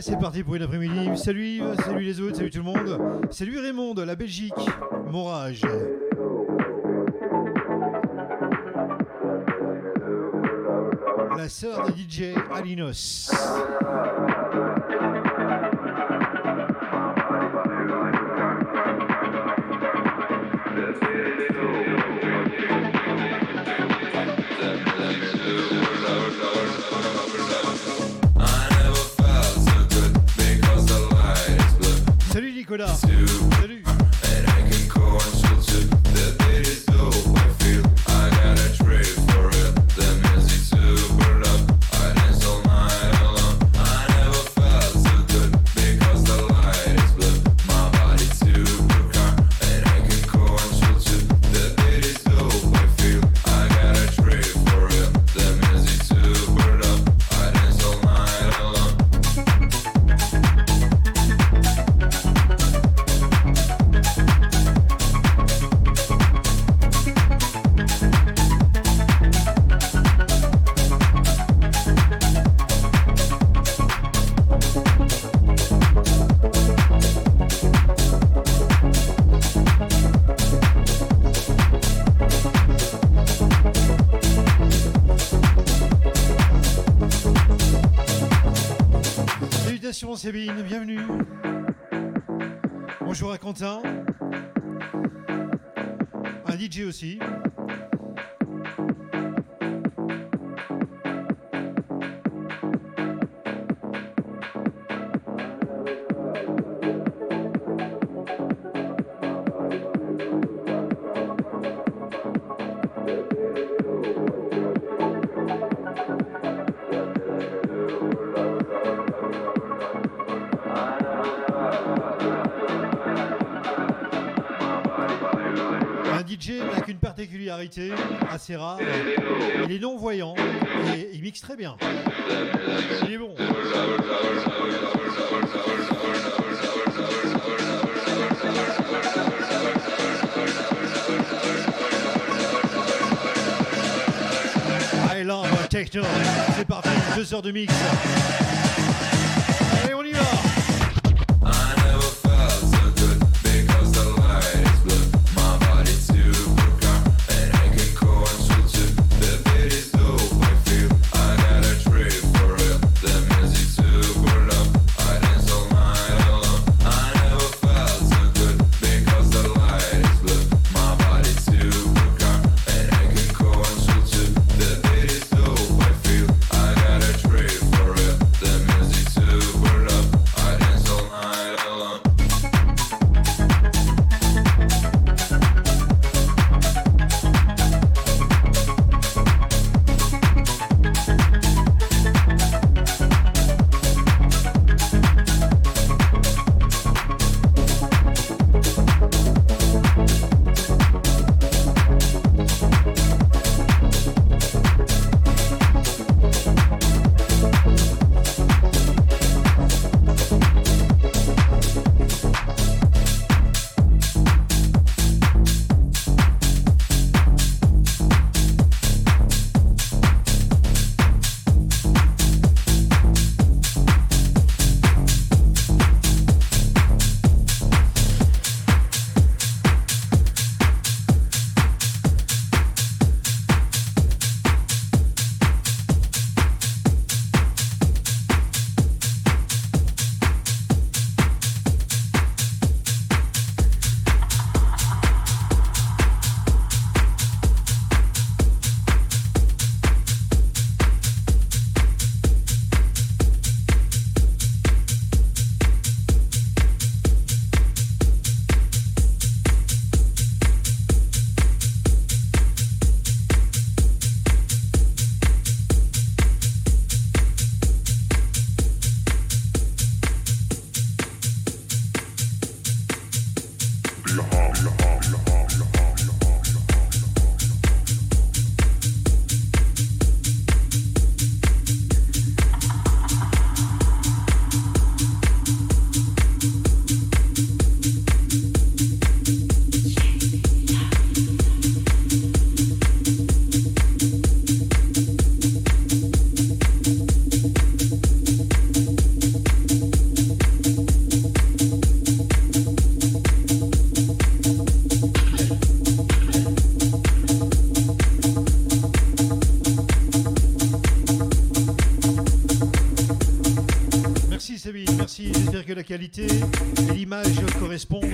c'est parti pour une après-midi. Salut, salut les autres, salut tout le monde. Salut Raymond de la Belgique, Morage. La sœur de DJ Alinos. Salut Nicolas. Salut. Sabine, bienvenue. Bonjour à Quentin. Un DJ aussi. Avec une particularité assez rare, il est non-voyant et il mixe très bien. Il est bon. I love techno. C'est parti, 2 heures de mix. Allez, on y va. Music J'espère que la qualité et l'image correspondent.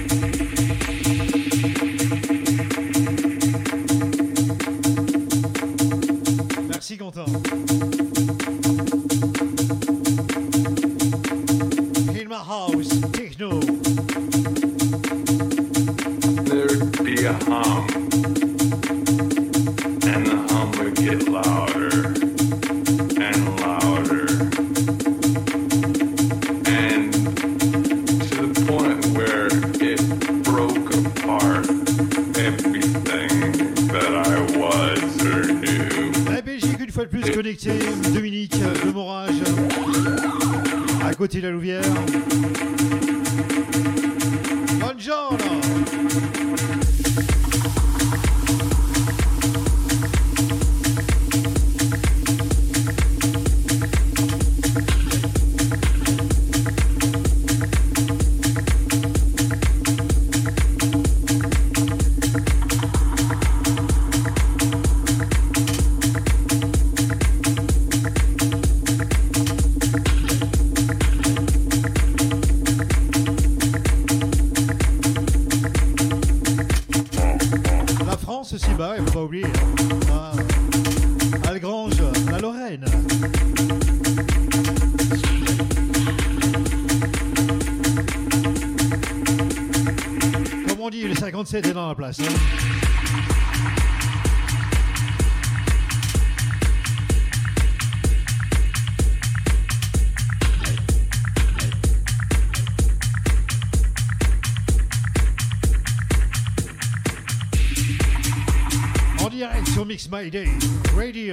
Merci Quentin. In my house, techno. There'd be a hum, and the hum would get louder and louder, and to the point where it broke apart everything that I was or knew. La Belgique, une fois de plus connectée, Dominique de Morage, à côté de la Louvière. Buongiorno. Aussi bas, il ne faut pas oublier. Ah, Algrange, la Lorraine. Comme on dit, le 57 est dans la place. Hein. Direct sur Mix My Day Radio.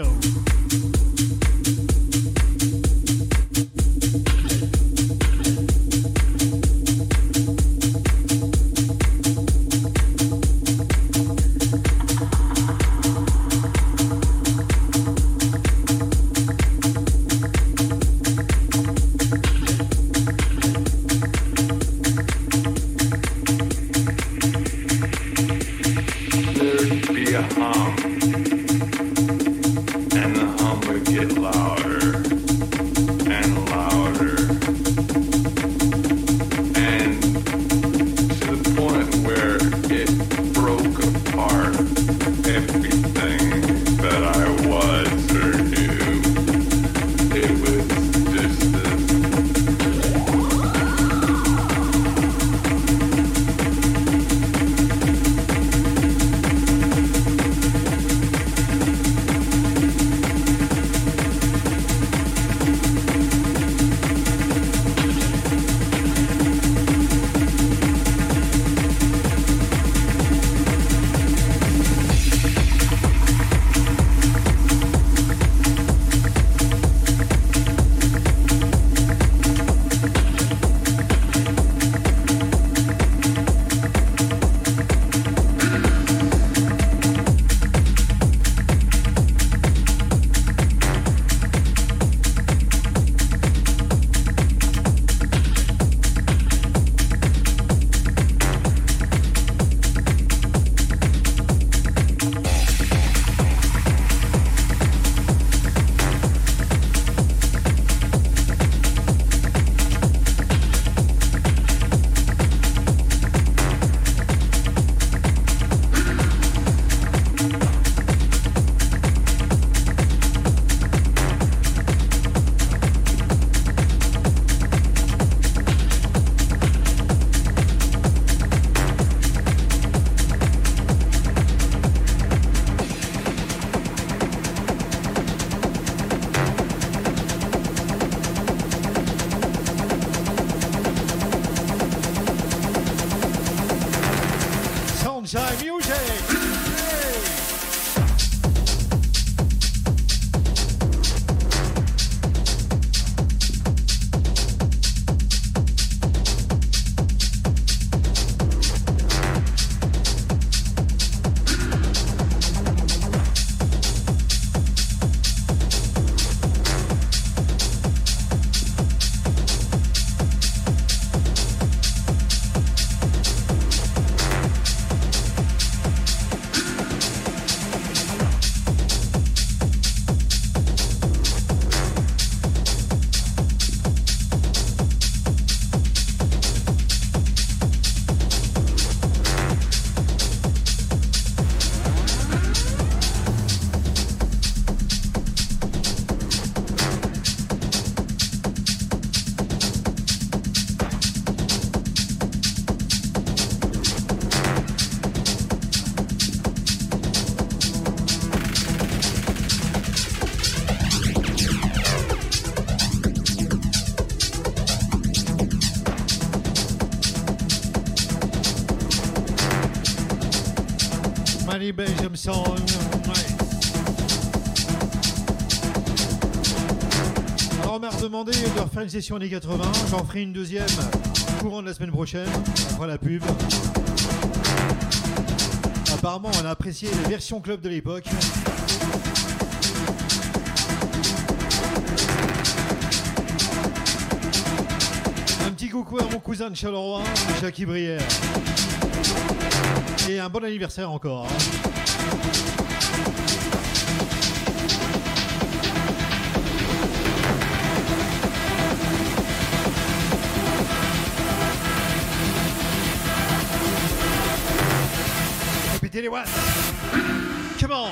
Allez, Belgium Sound. Ouais. Alors, on m'a redemandé de refaire une session années 80. J'en ferai une deuxième courant de la semaine prochaine, après la pub. Apparemment, on a apprécié les versions club de l'époque. Un petit coucou à mon cousin de Charleroi, Jackie Brière. Et un bon anniversaire encore. Pétez les watts. Come on.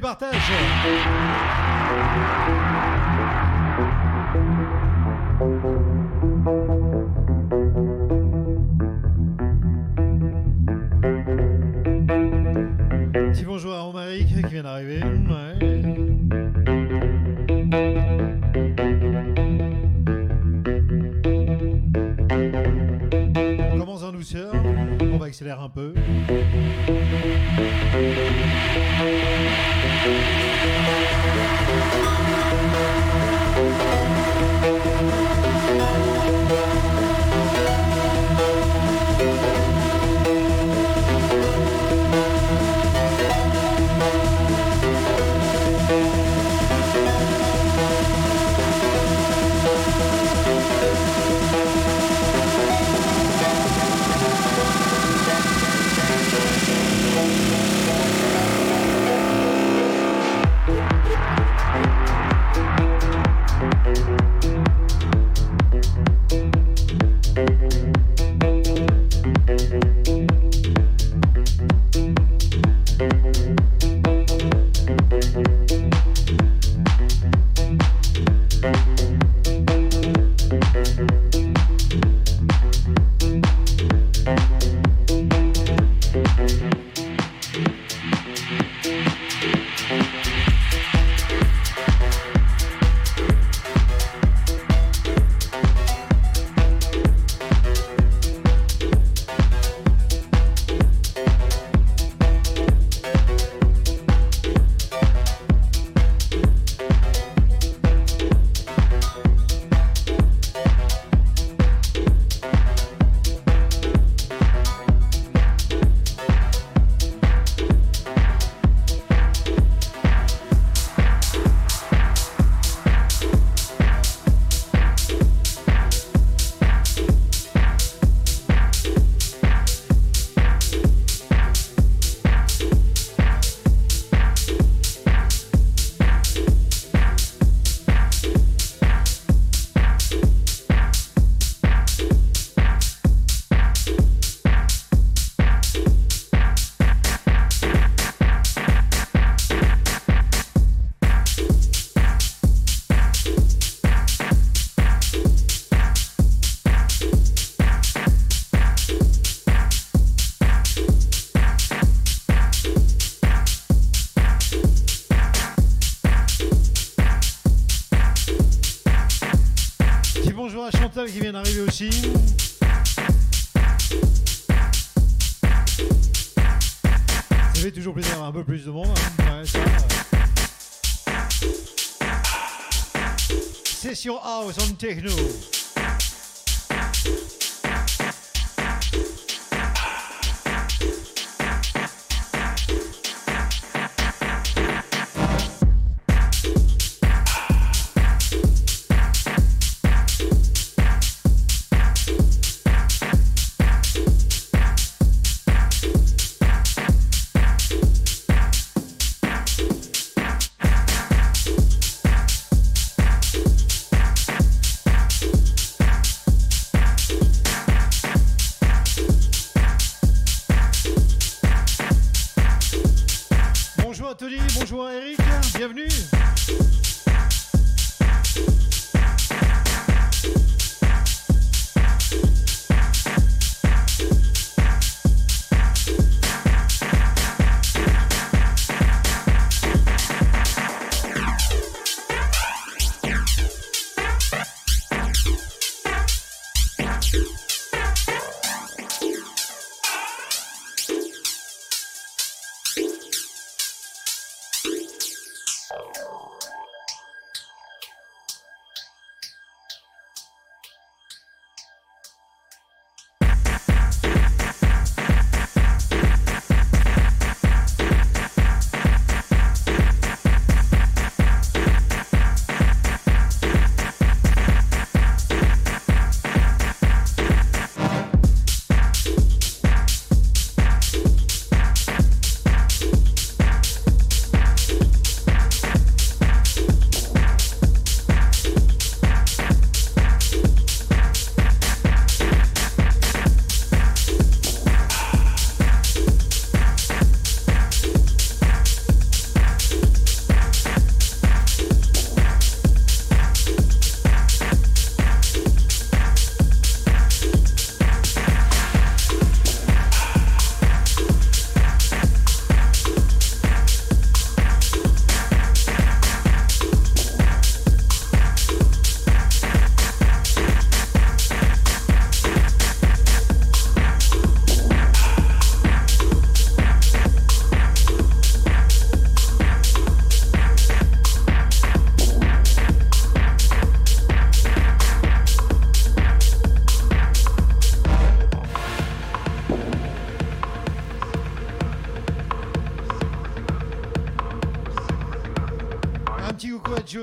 partage. Petit bonjour à Romaric qui vient d'arriver. Ouais. On commence en douceur, on va accélérer un peu. Qui vient d'arriver aussi. Ça fait toujours plaisir d'avoir un peu plus de monde. Hein. Ouais, ça, Session House on Techno.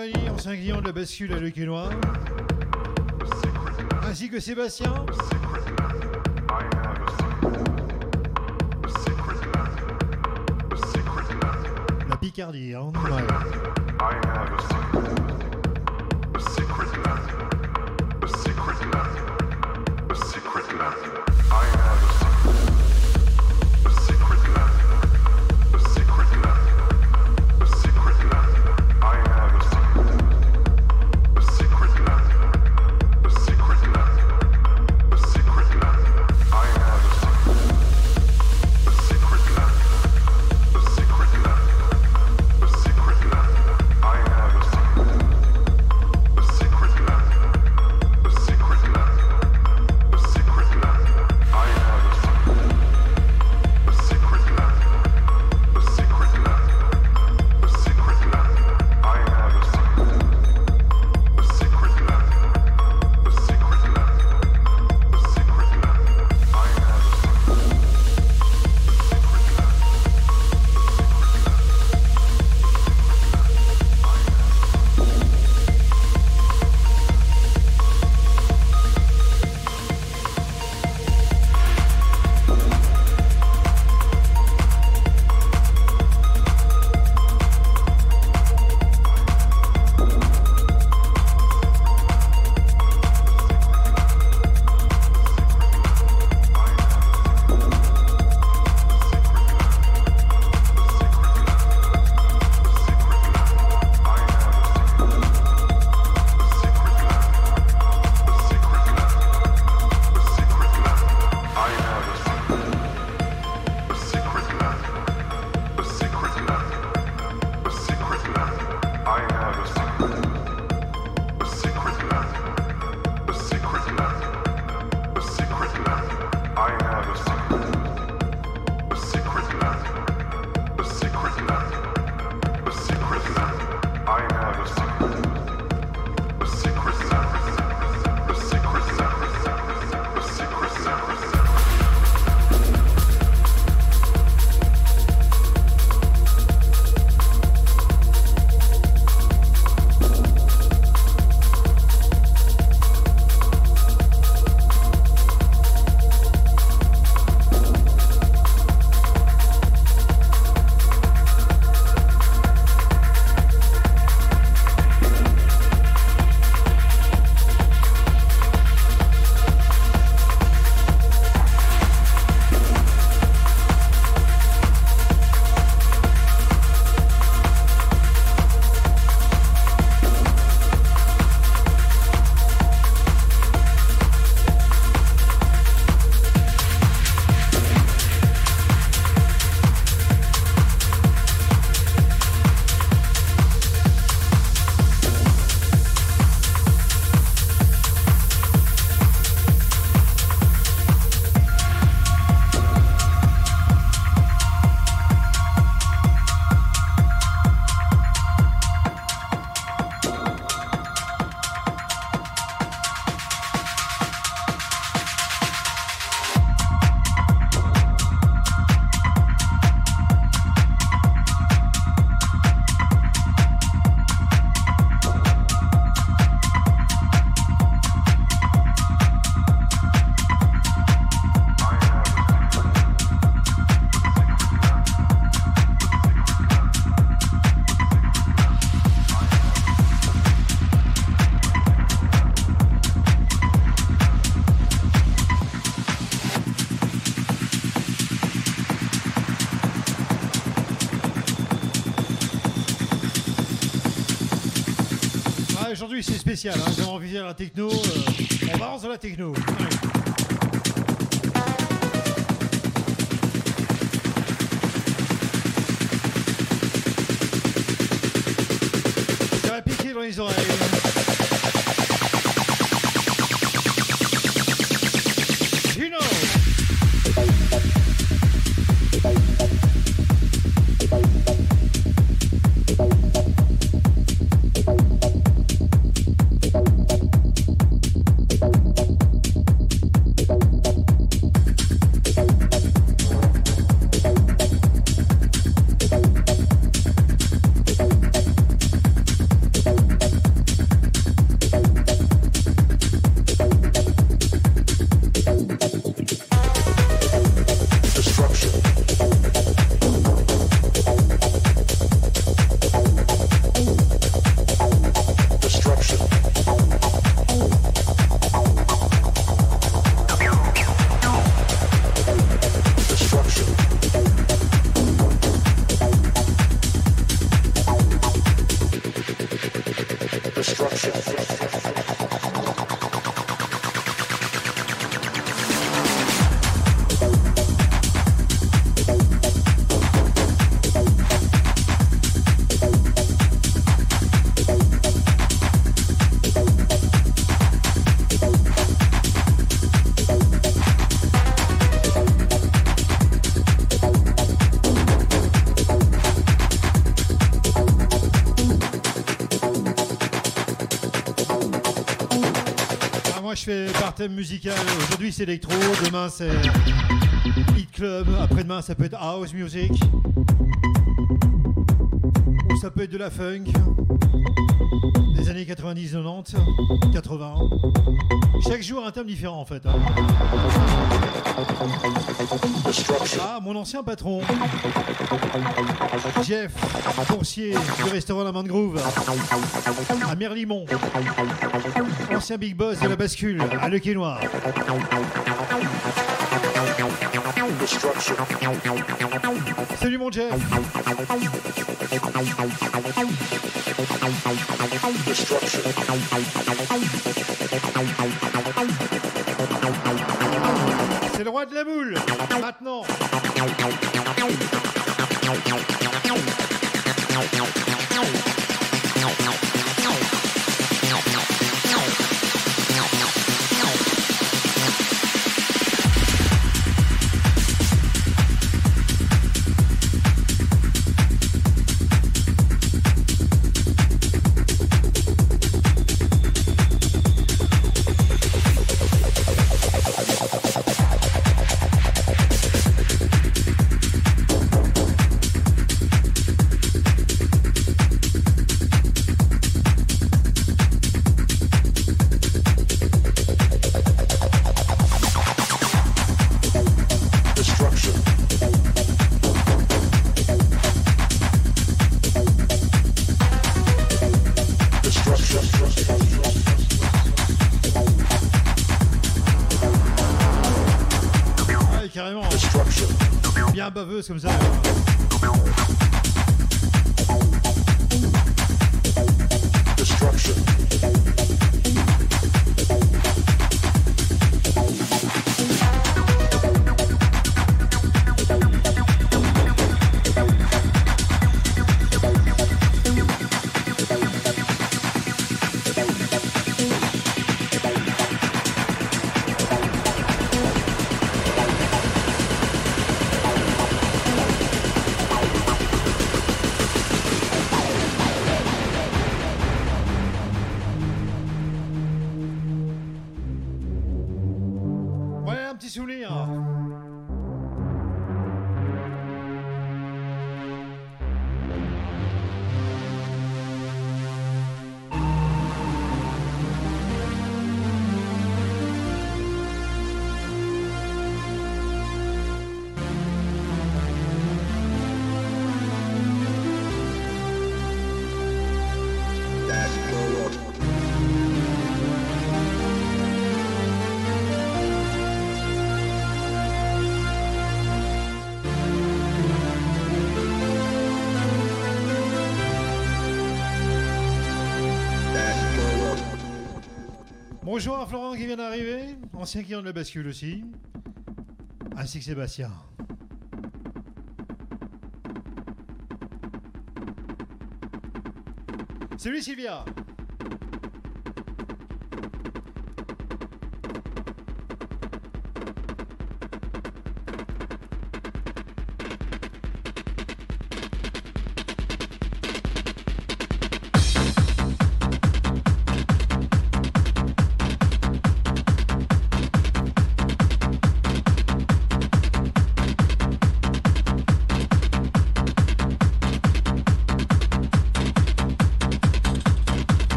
Giovanni, ancien client de la bascule à Le Quesnoy, ainsi que Sébastien. La Picardie, hein. Ouais. Aujourd'hui c'est spécial, hein. J'ai envie de dire la techno, on balance dans la techno. Allez. Ça va piquer dans les oreilles. Juno. Je fais par thème musical. Aujourd'hui c'est électro, demain c'est hit club, après-demain ça peut être house music, ou ça peut être de la funk des années 90, 90, 80. Chaque jour un thème différent en fait. Ah, mon ancien patron, Jeff, coursier du restaurant La Main de Groove à Merlimont, ancien big boss de la bascule à Le Quai Noir. Salut mon Jeff. C'est le roi de la boule, maintenant. Carrément. Bien baveuse comme ça. Destruction. Bonjour à Florent qui vient d'arriver, ancien client de la bascule aussi, ainsi que Sébastien. Salut Sylvia.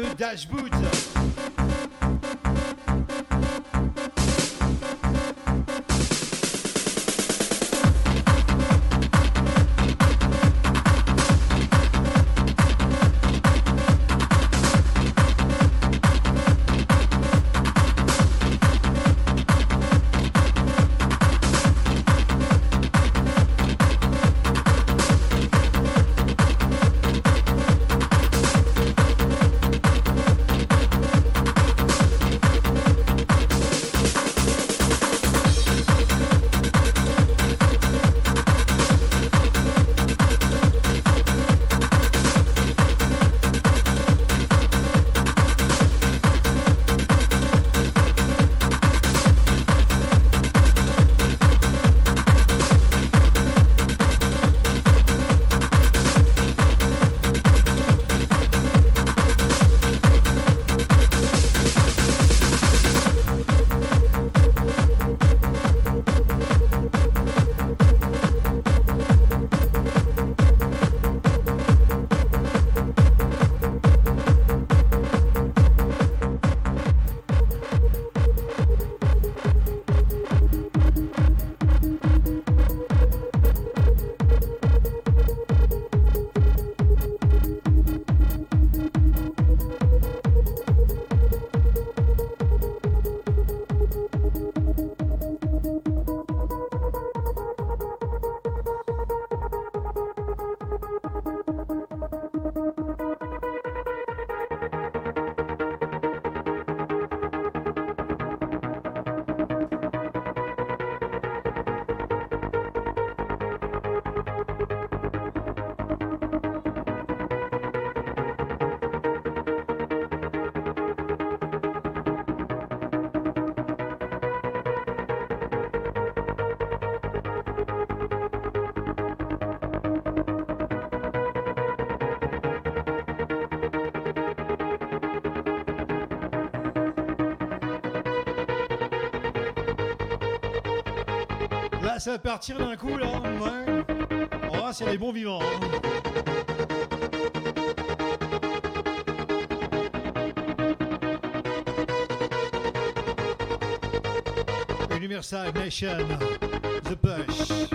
Dash Boot. Là, ça va partir d'un coup, là. Ouais. On va voir s'il y a des bons vivants. Universal Nation, The Push.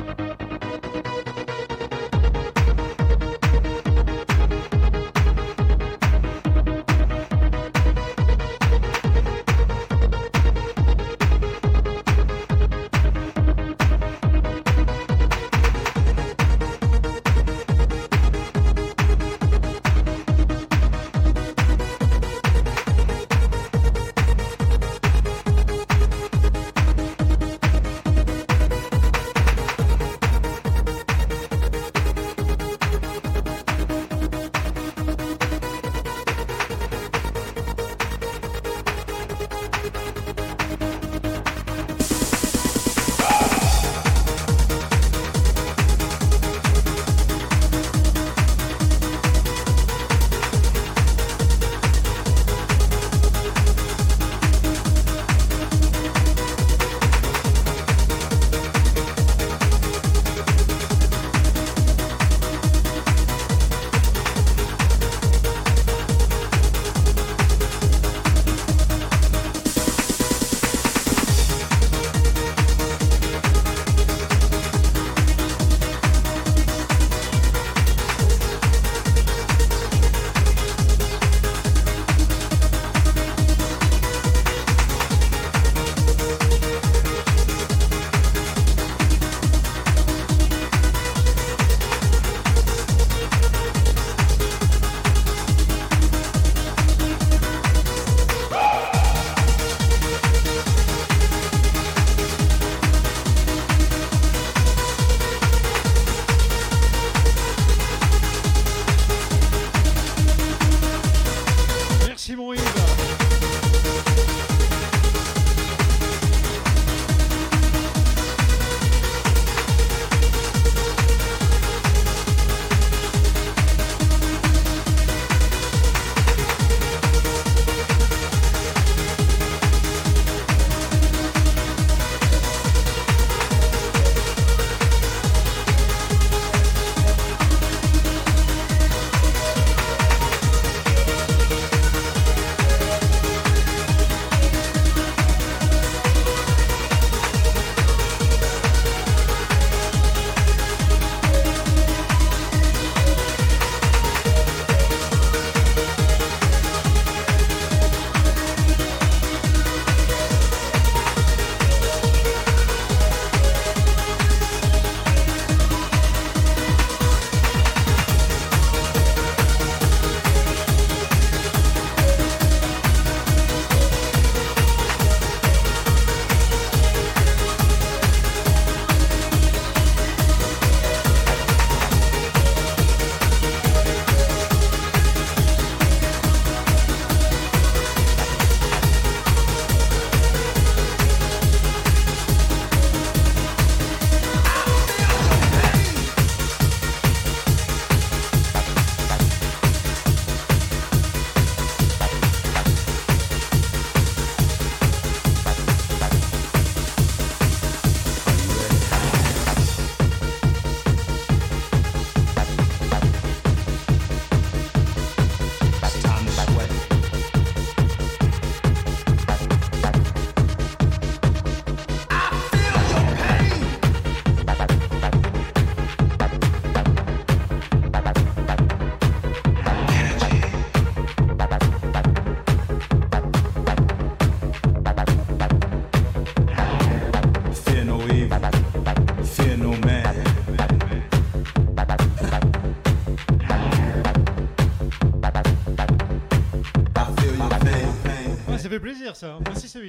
ça fait plaisir ça. Merci Samy.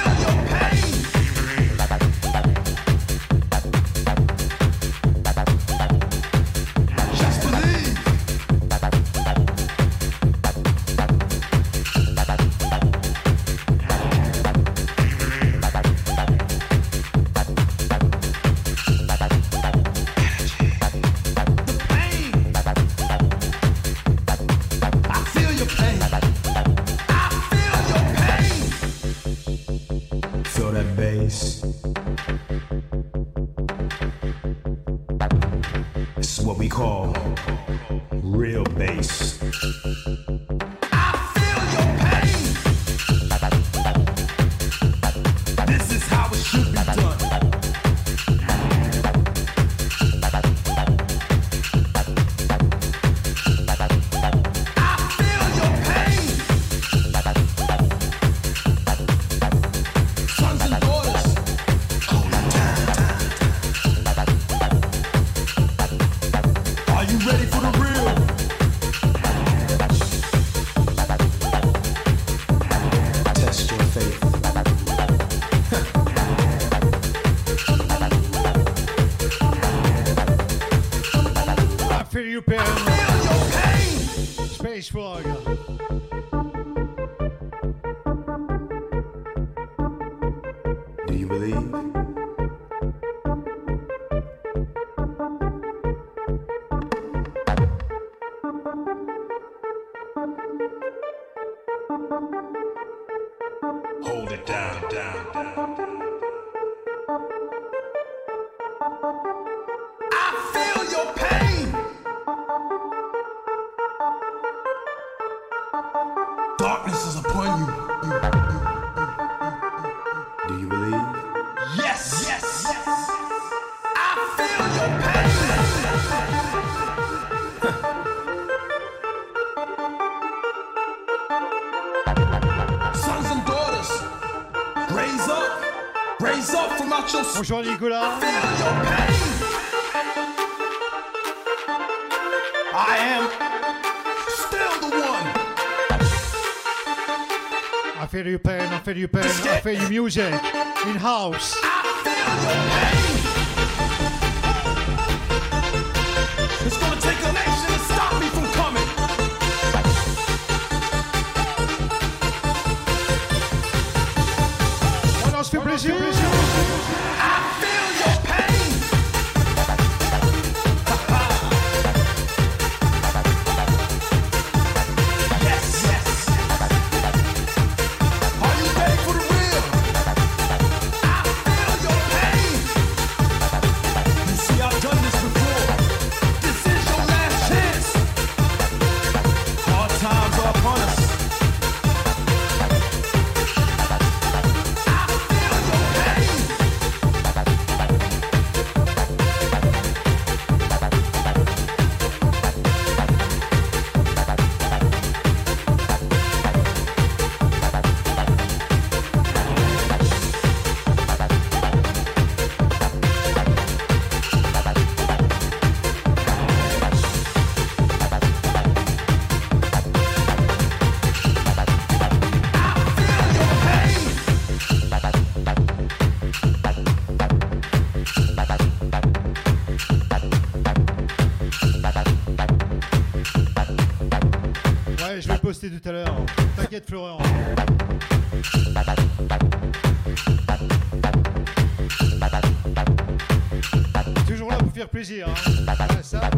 This is what we call real bass. This is how it should be done. Do you believe? Hold it down, down, down. I feel your pain. Darkness is upon you. Do you believe? Yes, yes, yes. I feel your pain. Sons and daughters, raise up from out your. Bonjour Nicolas. I feel your pain. I am still the one. I feel your pain, I feel your pain, I feel your music in house. I feel your pain. It's gonna take a nation to stop me from coming. Voilà, on se fait plaisir. I feel your pain. Yes, yes. Are you ready for the real? I feel your pain. You see, I've done this before. This is your last chance. Hard times are upon us. I feel your pain. Ouais, je vais le poster tout à l'heure. T'inquiète Florent. Toujours là pour faire plaisir. Hein. Ouais, ça.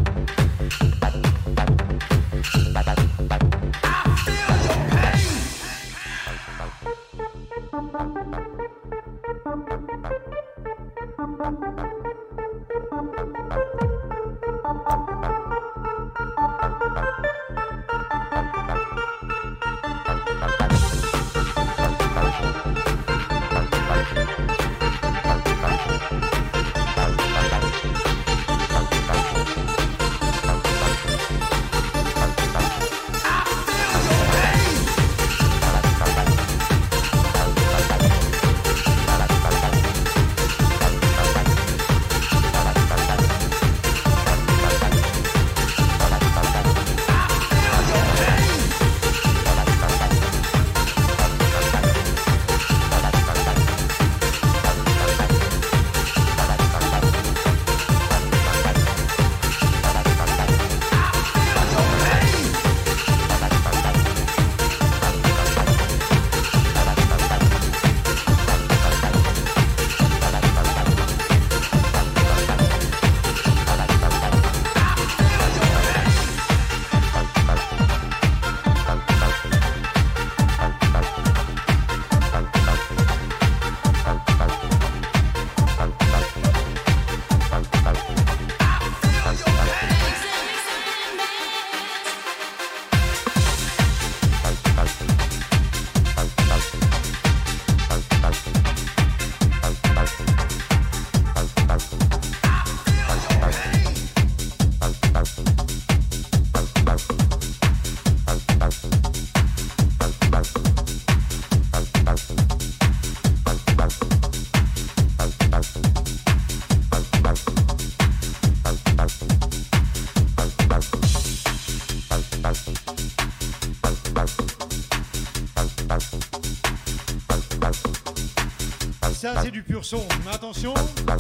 Ça, c'est du pur son. Mais attention.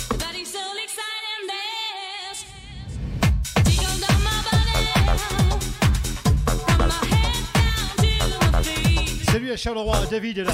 Salut à Charleroi, David est là.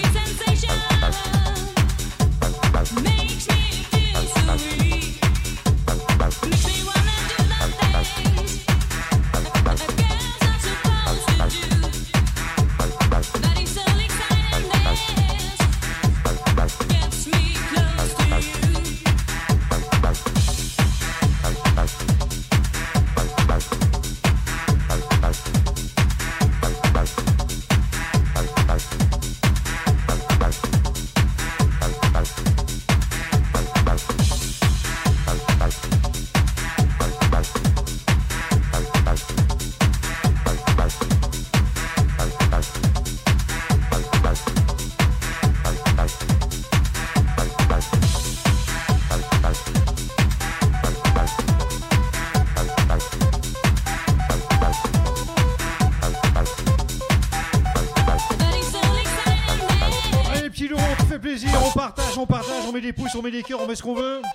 On met des pouces, on met des cœurs, on met ce qu'on veut.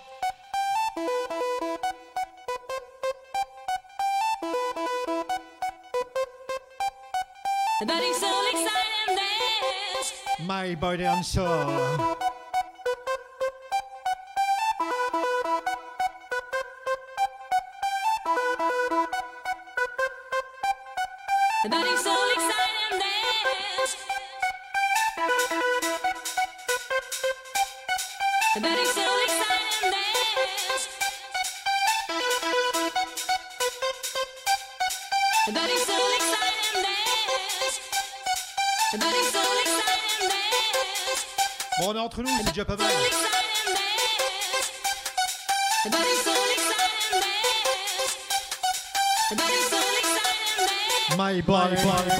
My body and soul. Bon, on est entre nous, c'est déjà pas mal. My body,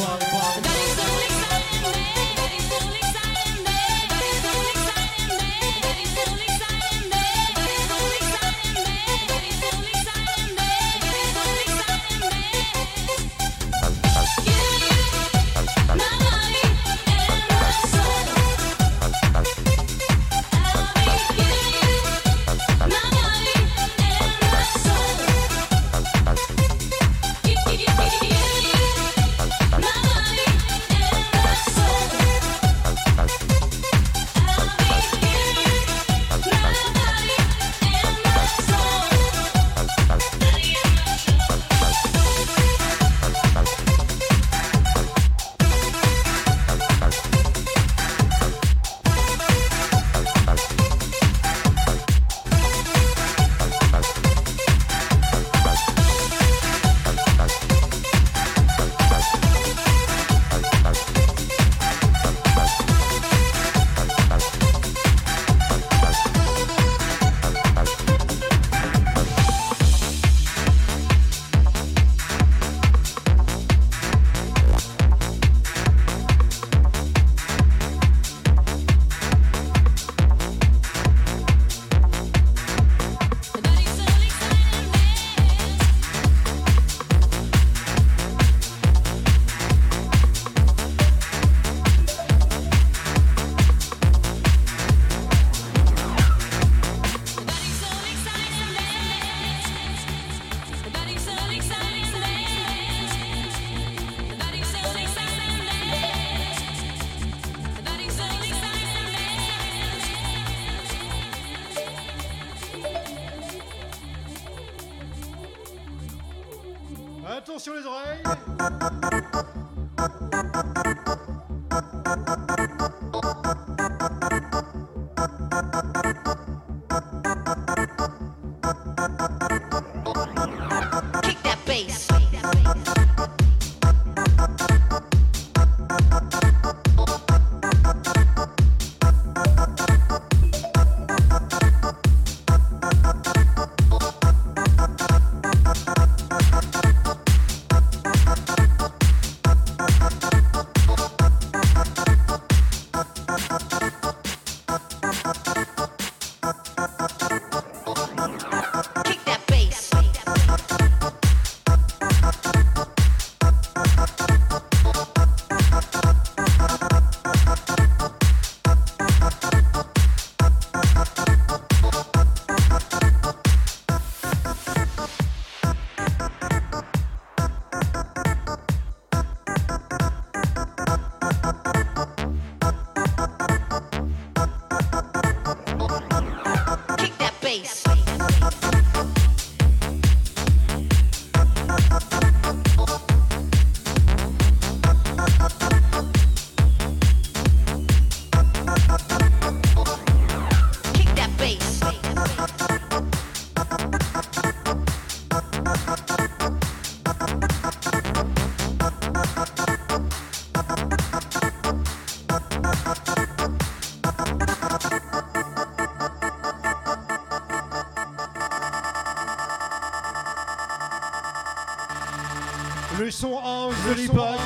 Attention les oreilles. Kick that bass. Le son house de l'époque.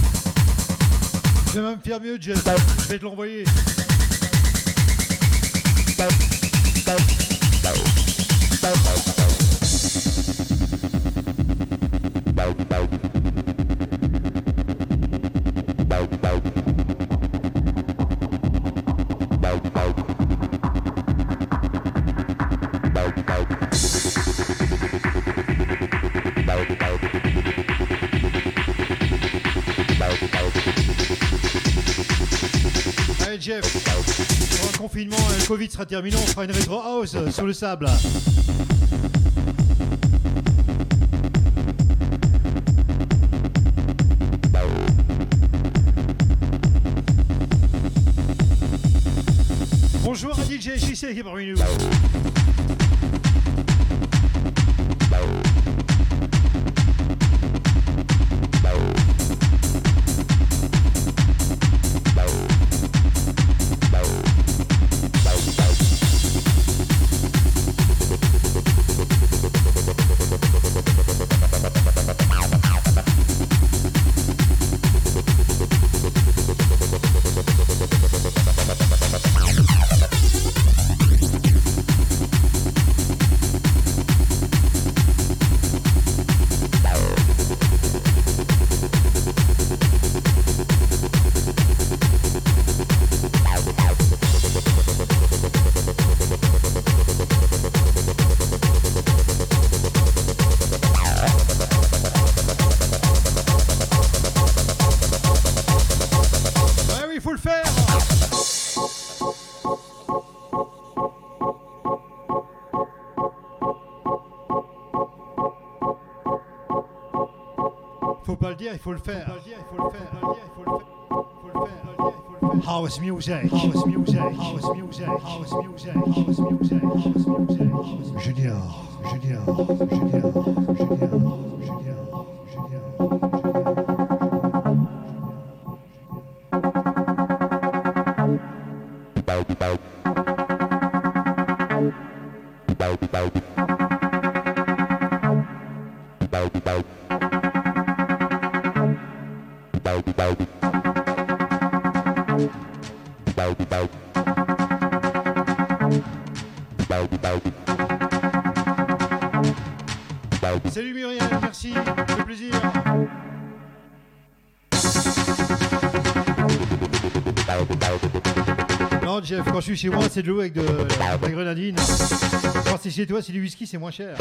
Je vais même faire mieux, Jeff. Je vais te l'envoyer. Allez Jeff, pour un confinement, le Covid sera terminé, on fera une rétro house sur le sable. Bonjour à DJ JC qui est parmi nous. Il faut le faire. House music. House music. House music. House music. House music. House music. Junior. Junior. Junior. Junior. Junior. Salut Muriel, merci, ça fait plaisir. Non Jeff, quand je suis chez moi, c'est de l'eau avec de la grenadine. Quand c'est chez toi, c'est du whisky, c'est moins cher.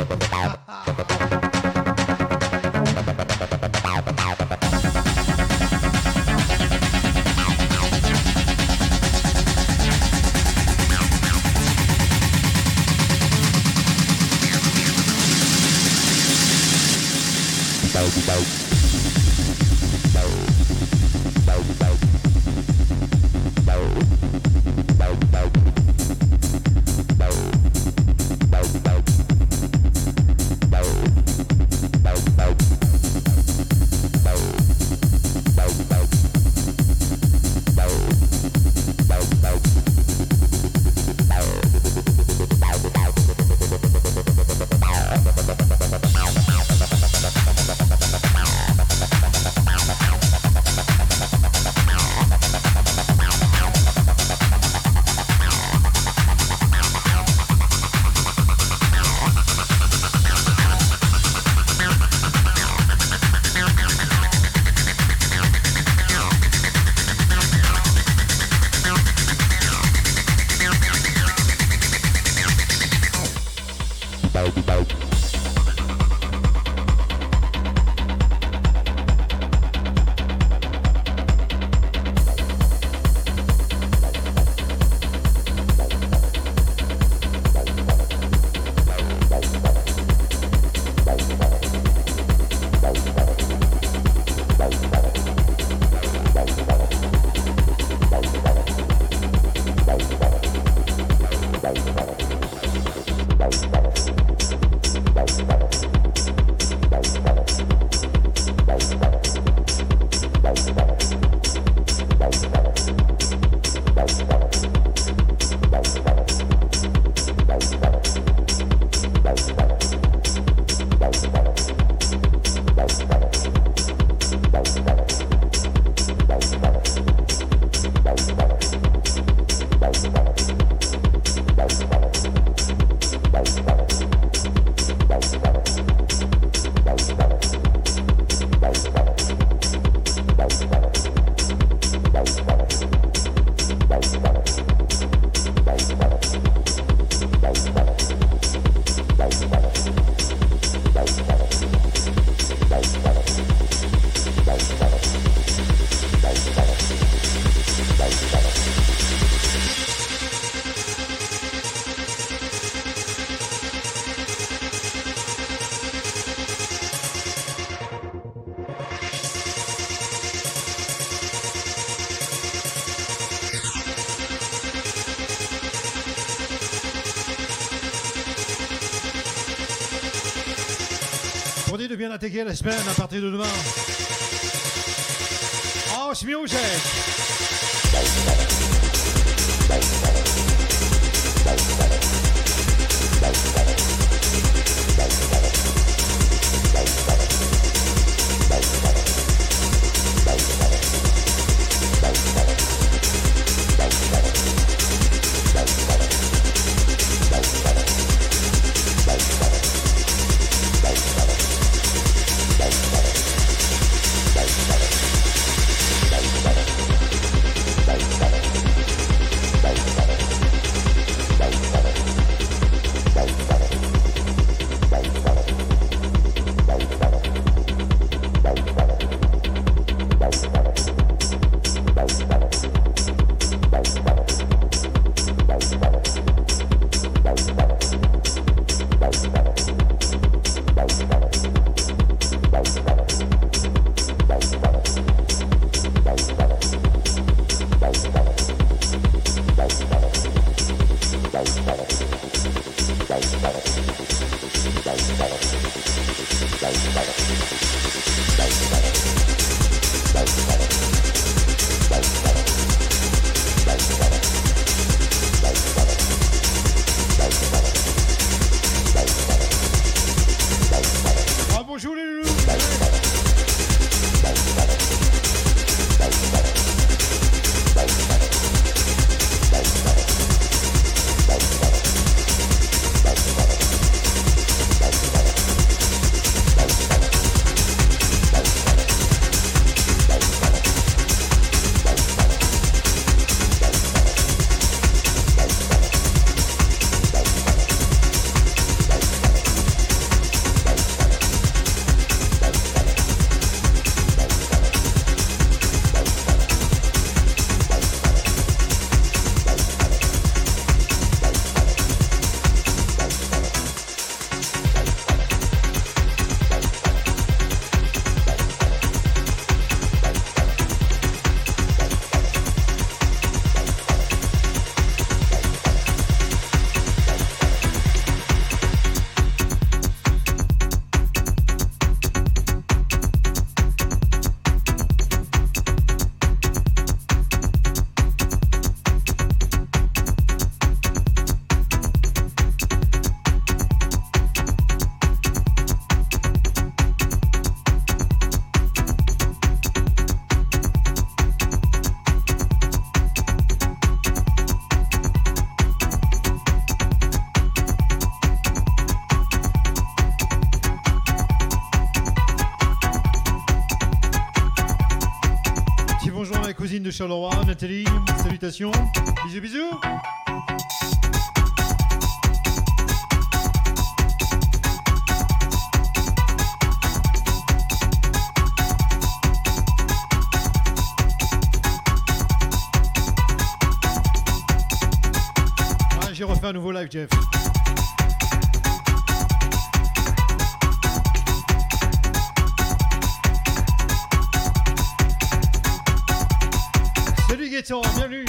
De bien attaquer la semaine à partir de demain. House Music. De Charleroi, Nathalie, salutations, bisous bisous. Ah, j'ai refait un nouveau live, Jeff. Salut Gaëtan, bienvenue.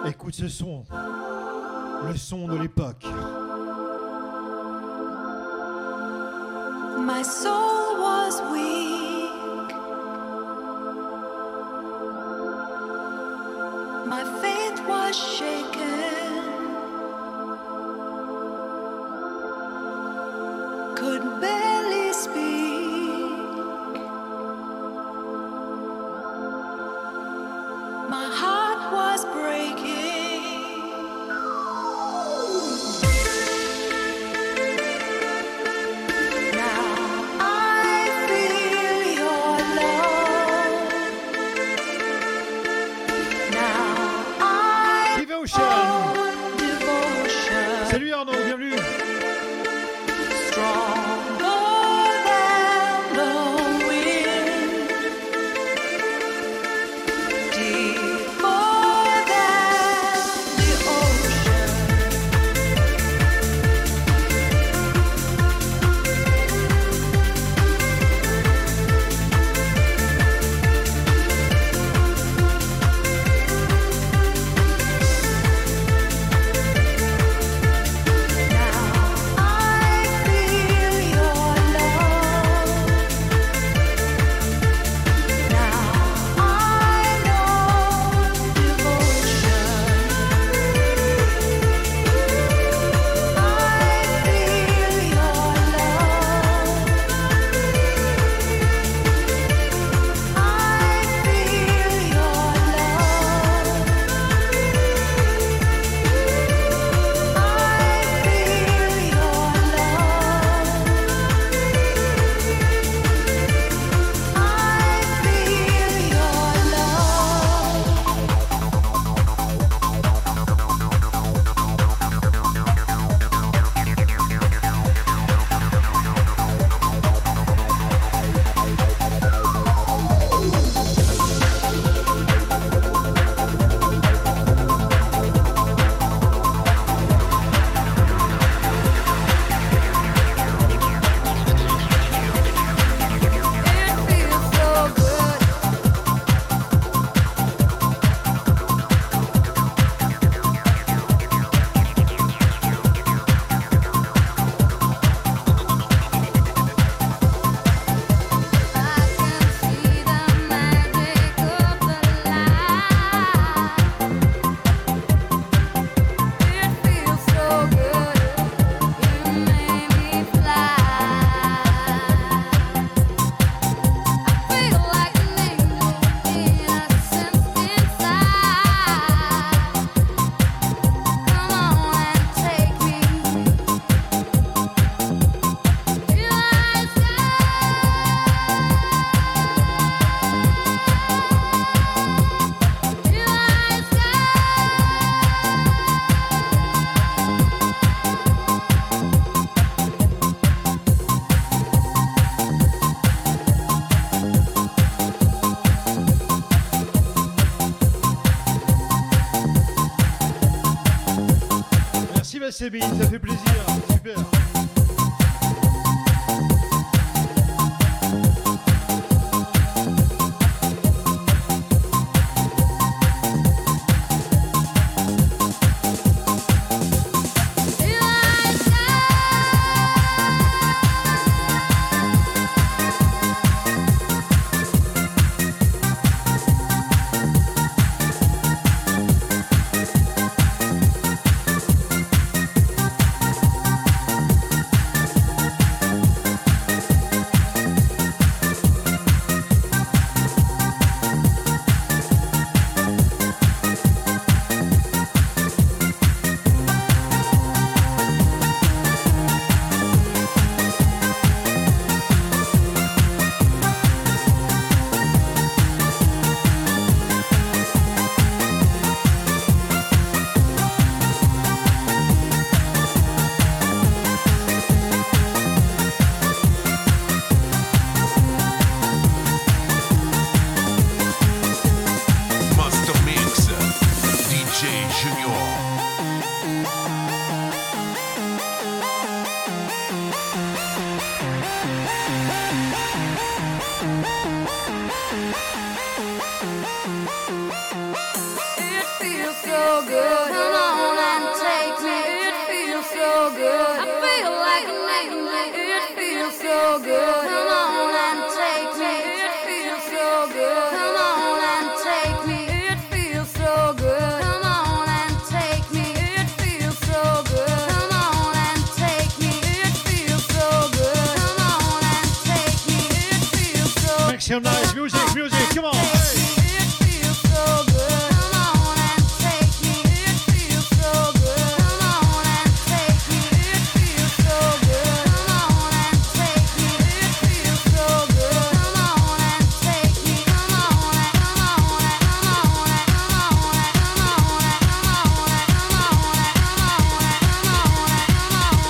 Écoute ce son, le son de l'époque. My soul was weak. My faith was shaken. Could barely speak. My heart was breaking. Salut Arnaud, bienvenue. Sébine, ça fait plaisir, super. some nice music, come on. It feels so good. Come on and take me. It feels so good. Come on and take me. It feels so good. Come on and take me. It feels so good. Come on and take me. Come on and come on and come on and come on and come on and come on and come on and come on and come on and come on and come on and come on and come on and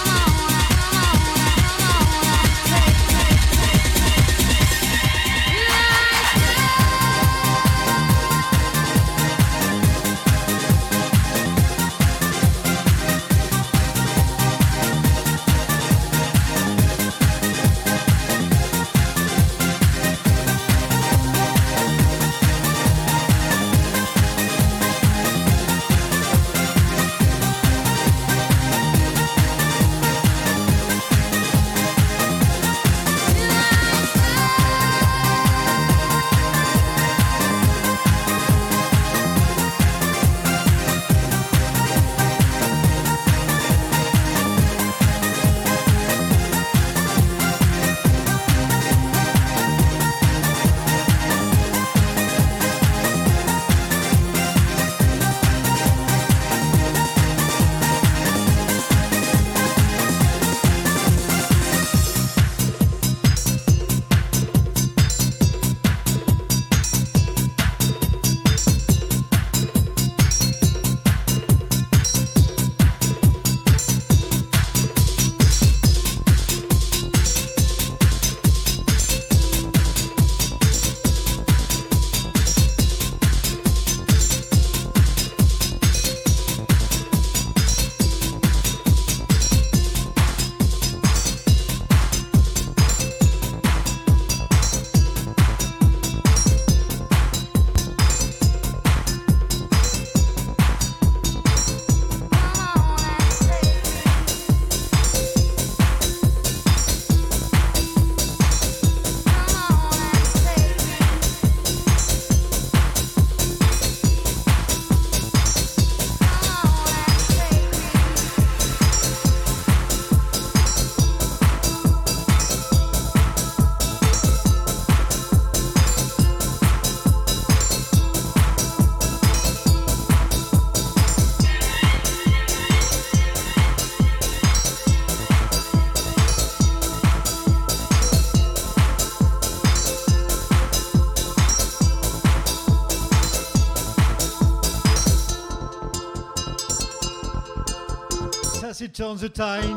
C'est Turn the Time,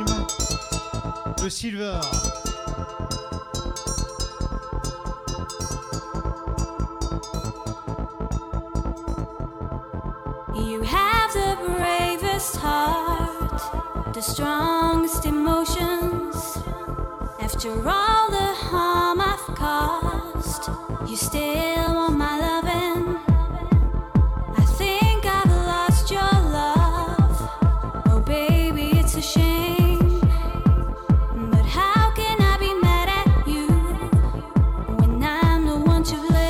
le Silver. You have the bravest heart, the strongest emotions. After all the harm I've caused, you still want my loving. I think I've lost your love. Oh baby, it's a shame. But how can I be mad at you when I'm the one to blame?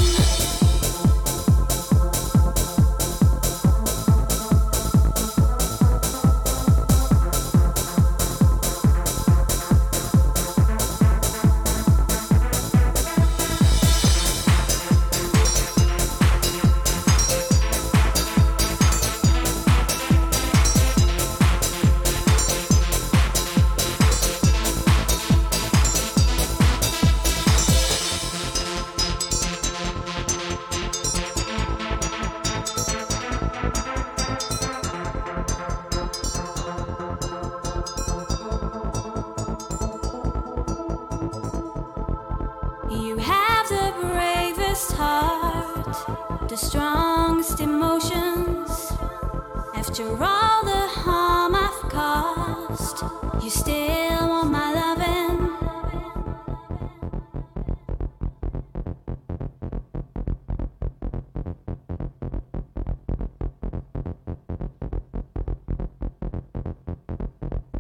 You have the bravest heart, the strongest emotions. After all the harm I've caused, you still want my loving.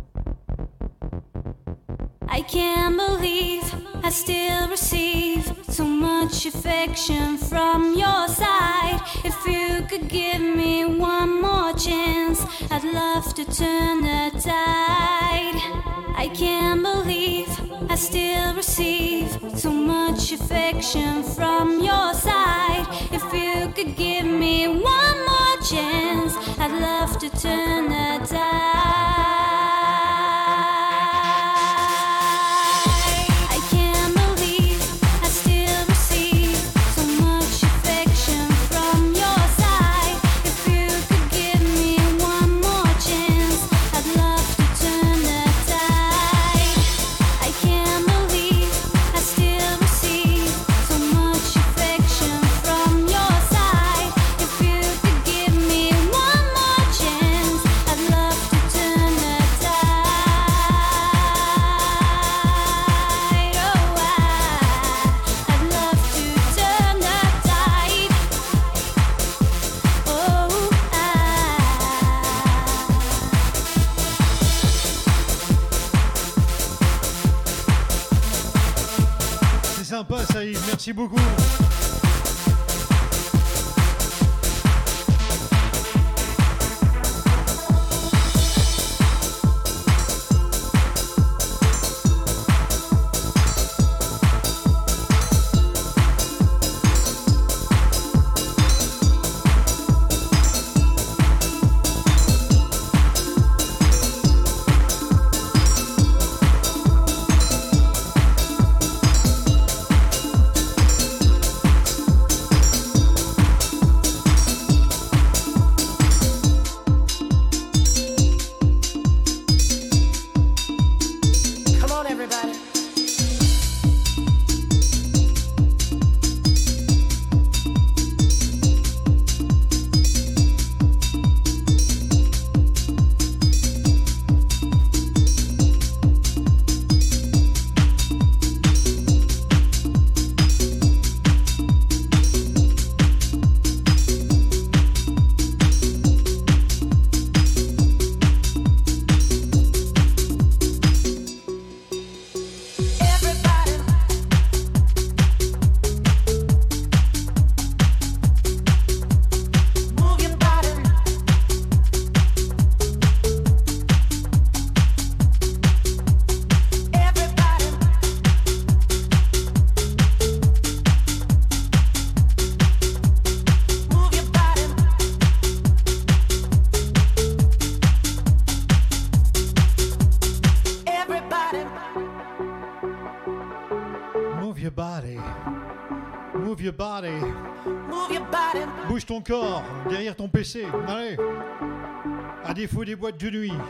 I can't believe I still receive so much affection from your side. If you could give me one more chance, I'd love to turn the tide. I can't believe I still receive so much affection from your side. If you could give me one more chance, I'd love to turn the tide. Sympa Saïd, merci beaucoup. Bouge ton corps derrière ton PC. Allez. À défaut des boîtes de nuit.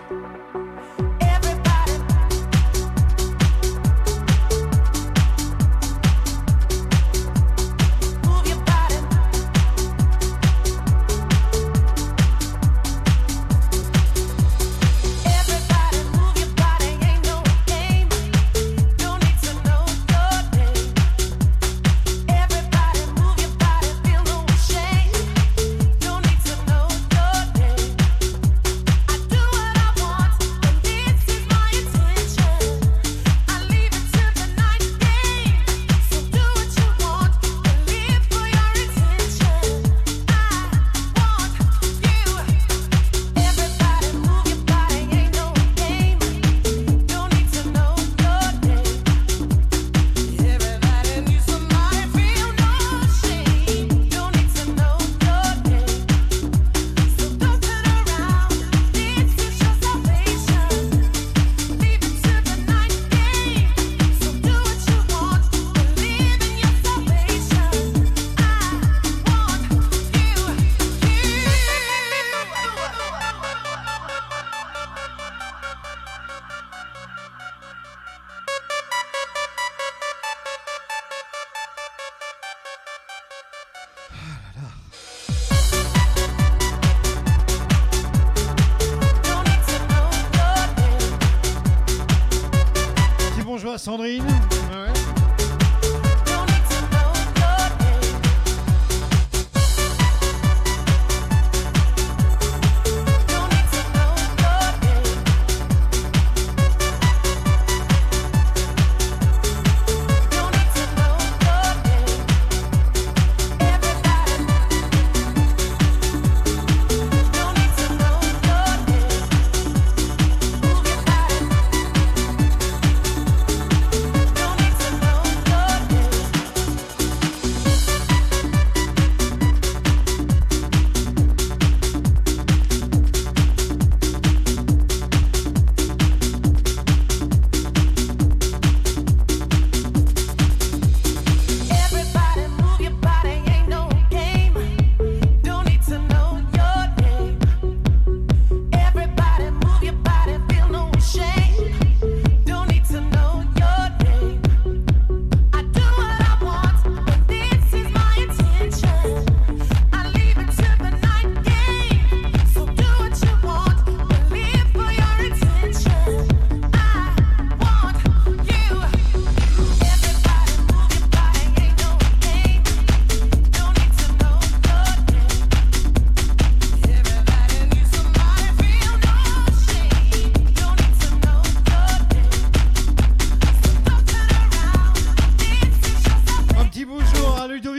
Sandrine. Ouais.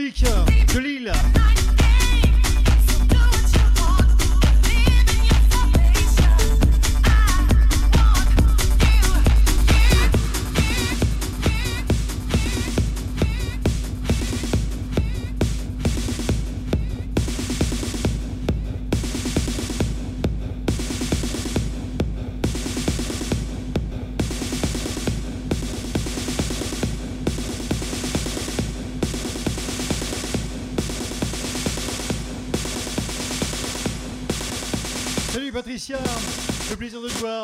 Patrick de Lille. Salut Patricia, le plaisir de te voir.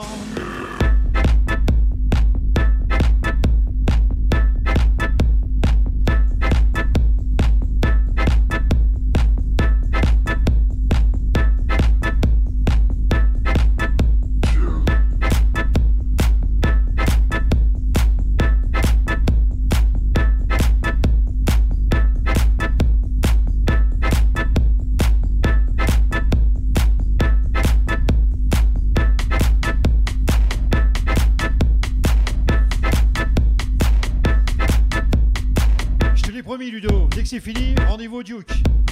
Ludo, dès que c'est fini, rendez-vous au Duke.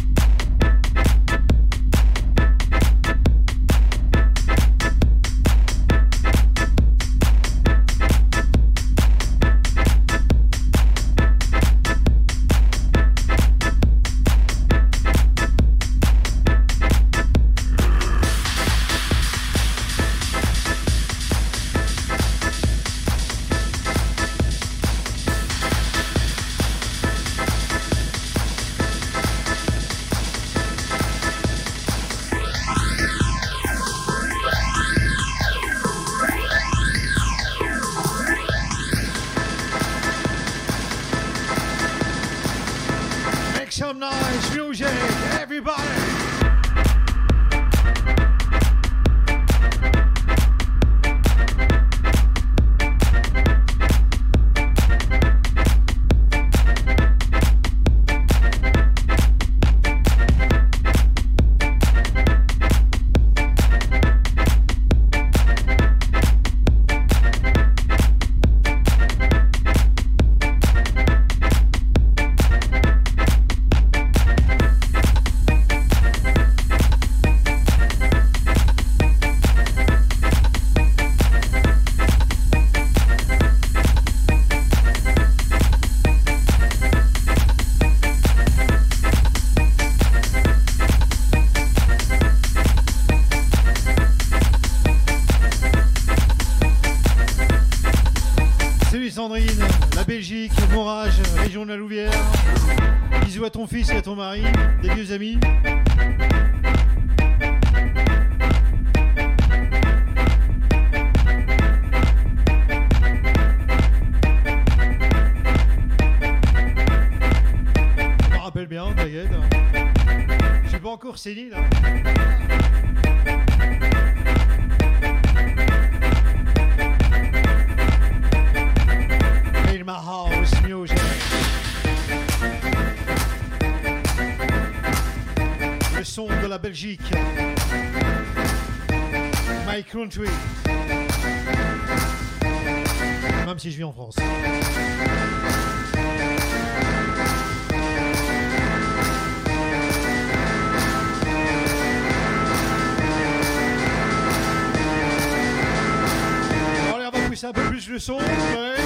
Some nice music, everybody! Sandrine, la Belgique, Morage, région de la Louvière. Bisous à ton fils et à ton mari, des vieux amis. Je me rappelle bien, t'inquiète. Je suis pas encore sénile. My house music. Le son de la Belgique. My country. Même si je vis en France. Allez, on va pousser un peu plus le son. Ouais.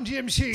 DMC.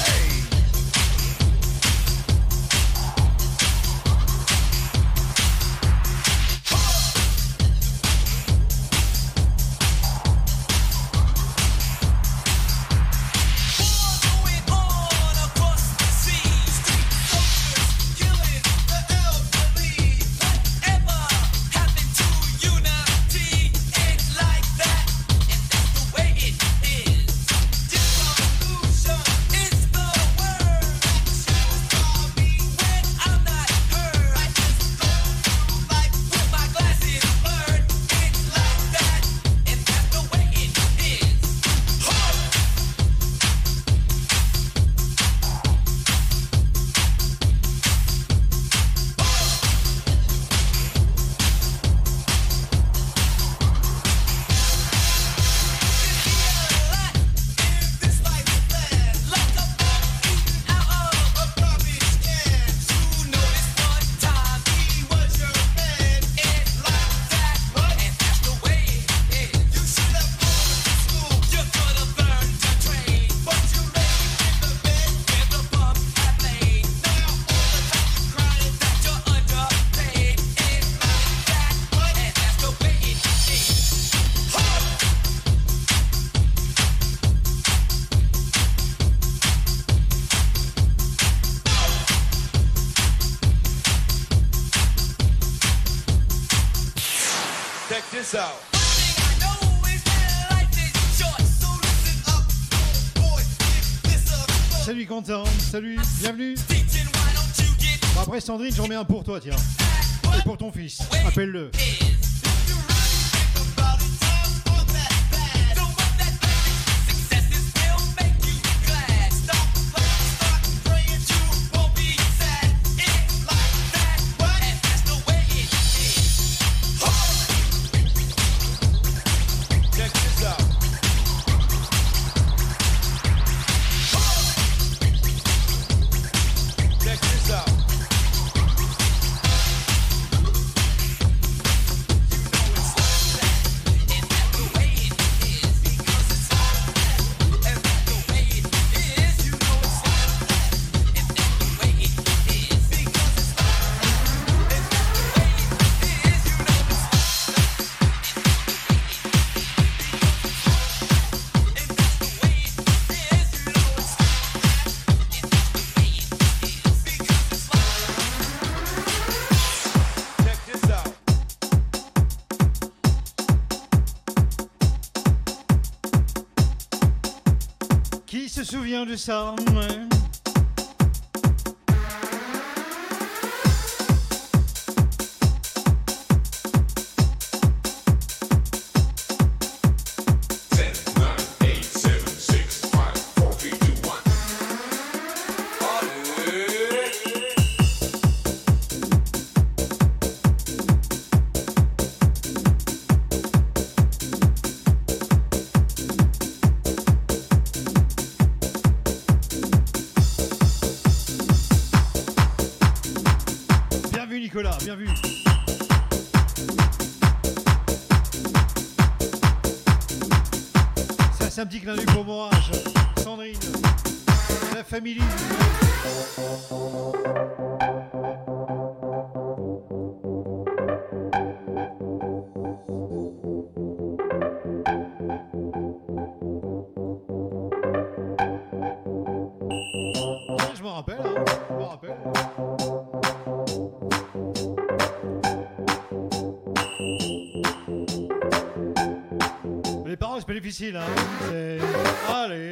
Salut Quentin, salut, bienvenue. Bon, après Sandrine, j'en mets un pour toi, tiens. Et pour ton fils, appelle-le. Qui se souvient de ça, ouais. Nicolas, bien vu. Ça, c'est un petit clin d'œil pour Morage, Sandrine, la famille. Je m'en rappelle, hein, je m'en rappelle. Les paroles, c'est pas difficile, hein. C'est... Allez.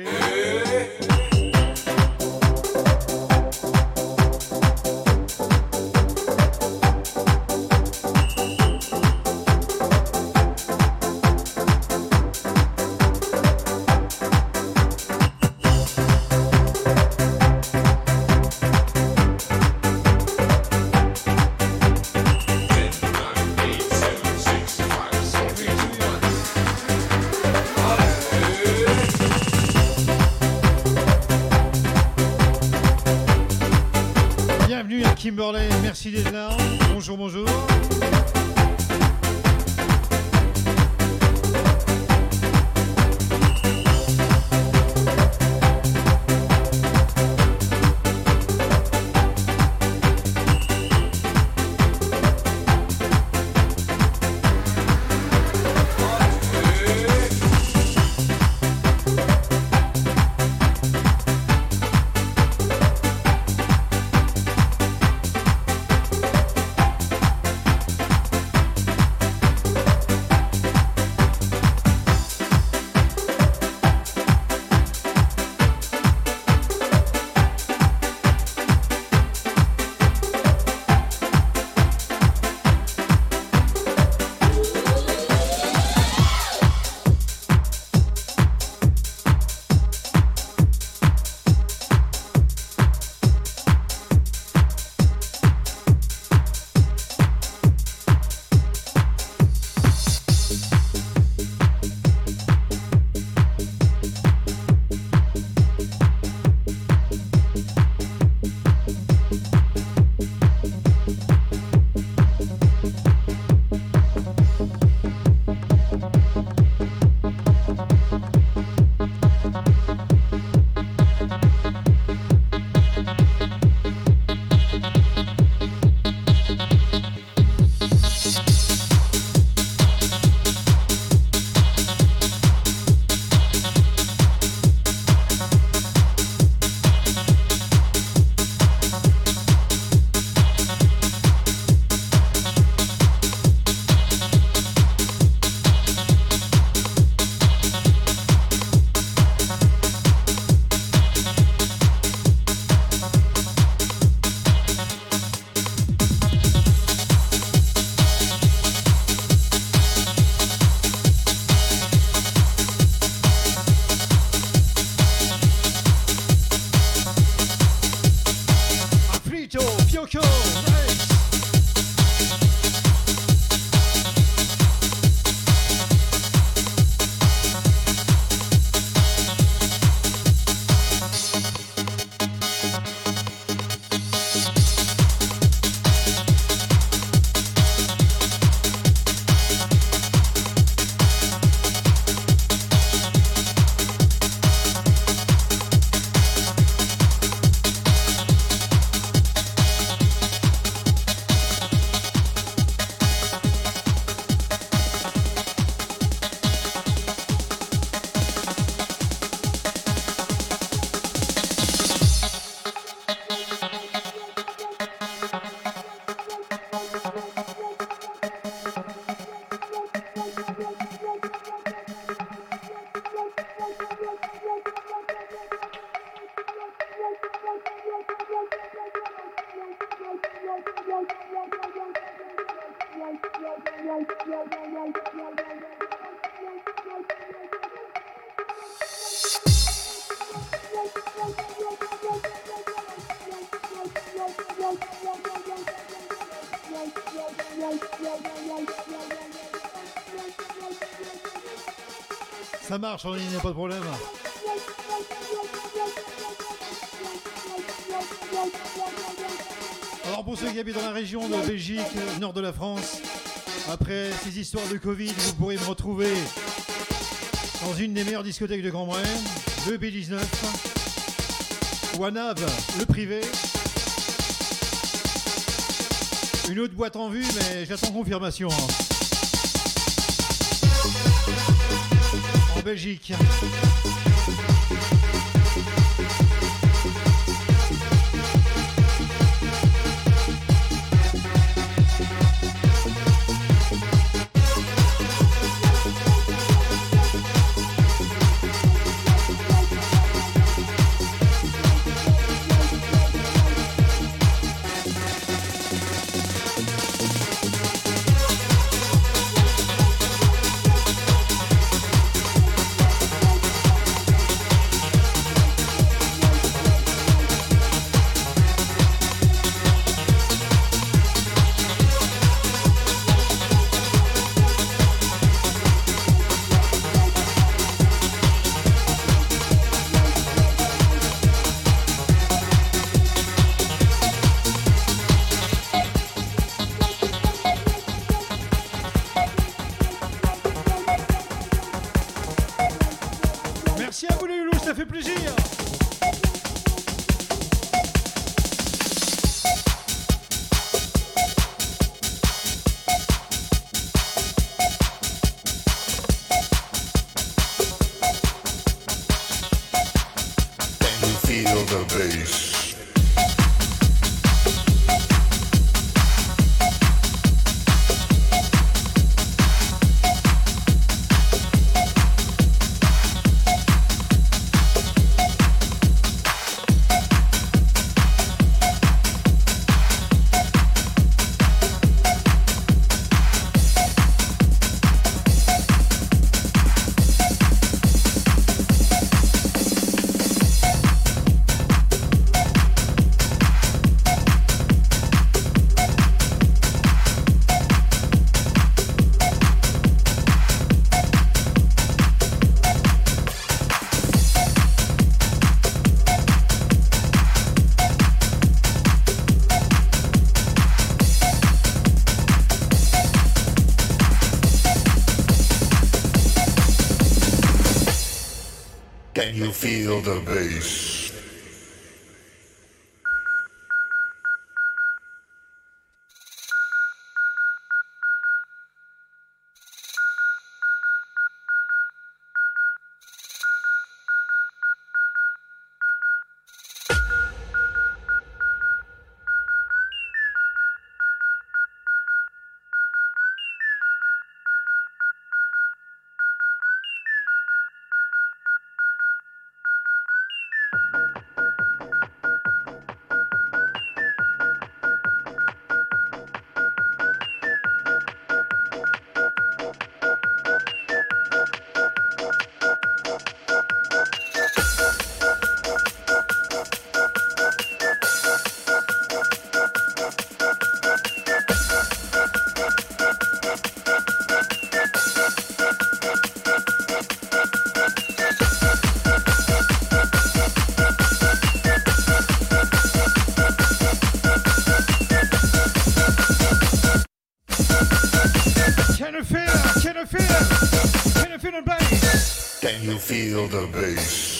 Kimberley, merci d'être là. Bonjour, bonjour. Choco. Nice. Ça marche en ligne, il n'y a pas de problème. Alors pour ceux qui habitent dans la région de Belgique, nord de la France, après ces histoires de Covid, vous pourrez me retrouver dans une des meilleures discothèques de Grand-Bray, le B19, ou à Naves, le privé. Une autre boîte en vue, mais j'attends confirmation. En Belgique. Merci à vous les loulous, ça fait plaisir. Can you feel the bass? Can you feel the bass? Can you feel the bass?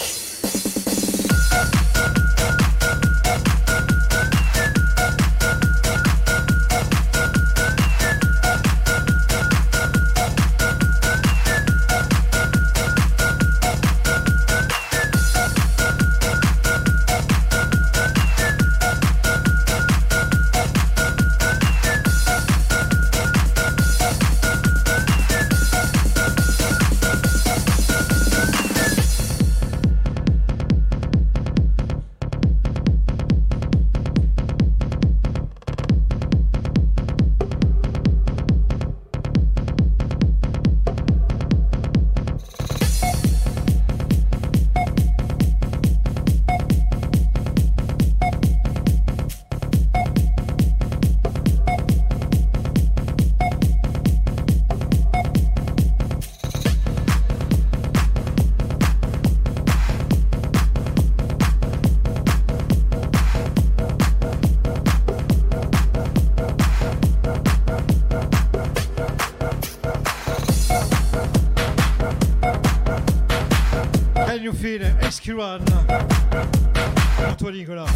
Esquiran. Pour toi, Nicolas.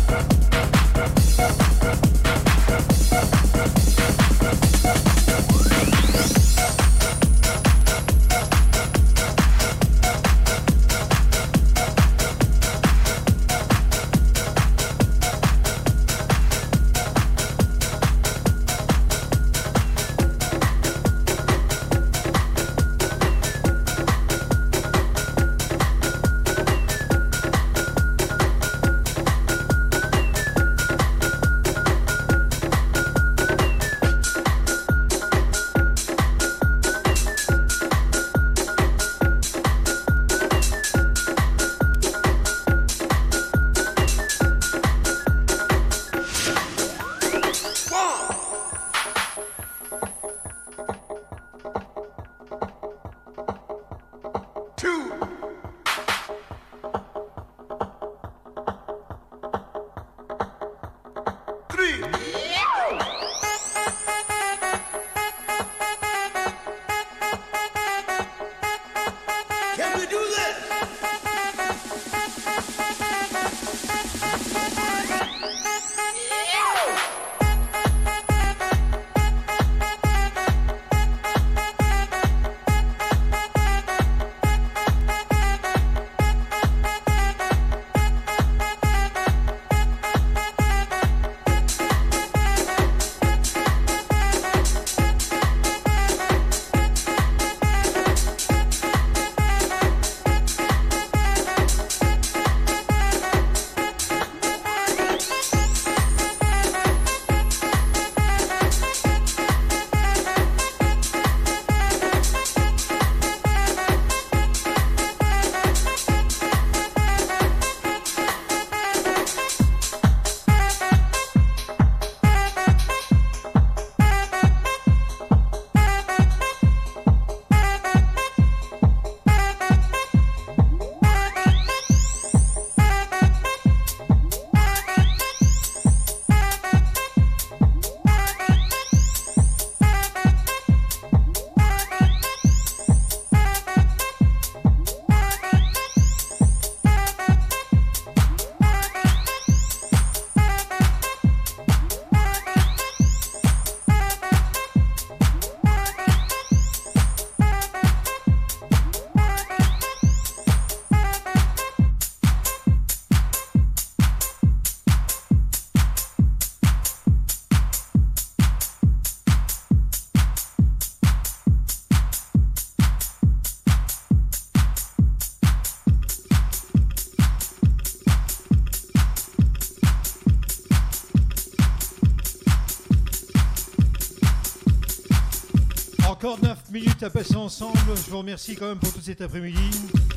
Encore 9 minutes à passer ensemble. Je vous remercie quand même pour tout cet après-midi.